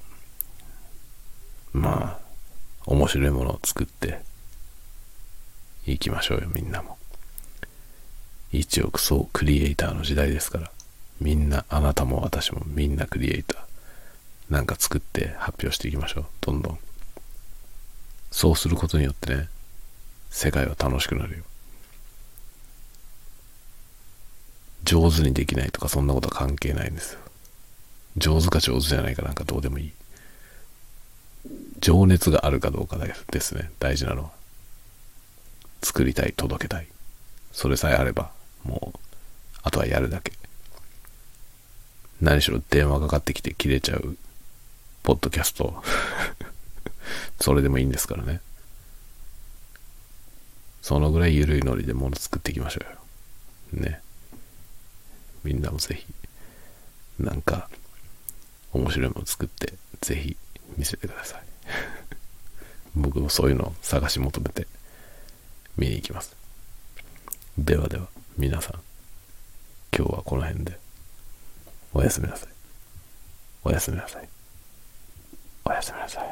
まあ面白いものを作っていきましょうよ、みんなも。一億総クリエイターの時代ですから、みんな、あなたも私もみんなクリエイター、なんか作って発表していきましょう。どんどん。そうすることによってね、世界は楽しくなるよ。上手にできないとかそんなことは関係ないんですよ。上手か上手じゃないかなんかどうでもいい。情熱があるかどうかですね、大事なのは。作りたい、届けたい。それさえあれば、もう、あとはやるだけ。何しろ電話かかってきて切れちゃう、ポッドキャスト。それでもいいんですからね。そのぐらい緩いノリで物作っていきましょうよ。ね。みんなもぜひ、なんか、面白いもの作って、ぜひ見せてください。僕もそういうのを探し求めて見に行きます。ではでは、皆さん、今日はこの辺で、おやすみなさい。おやすみなさい。おやすみなさい。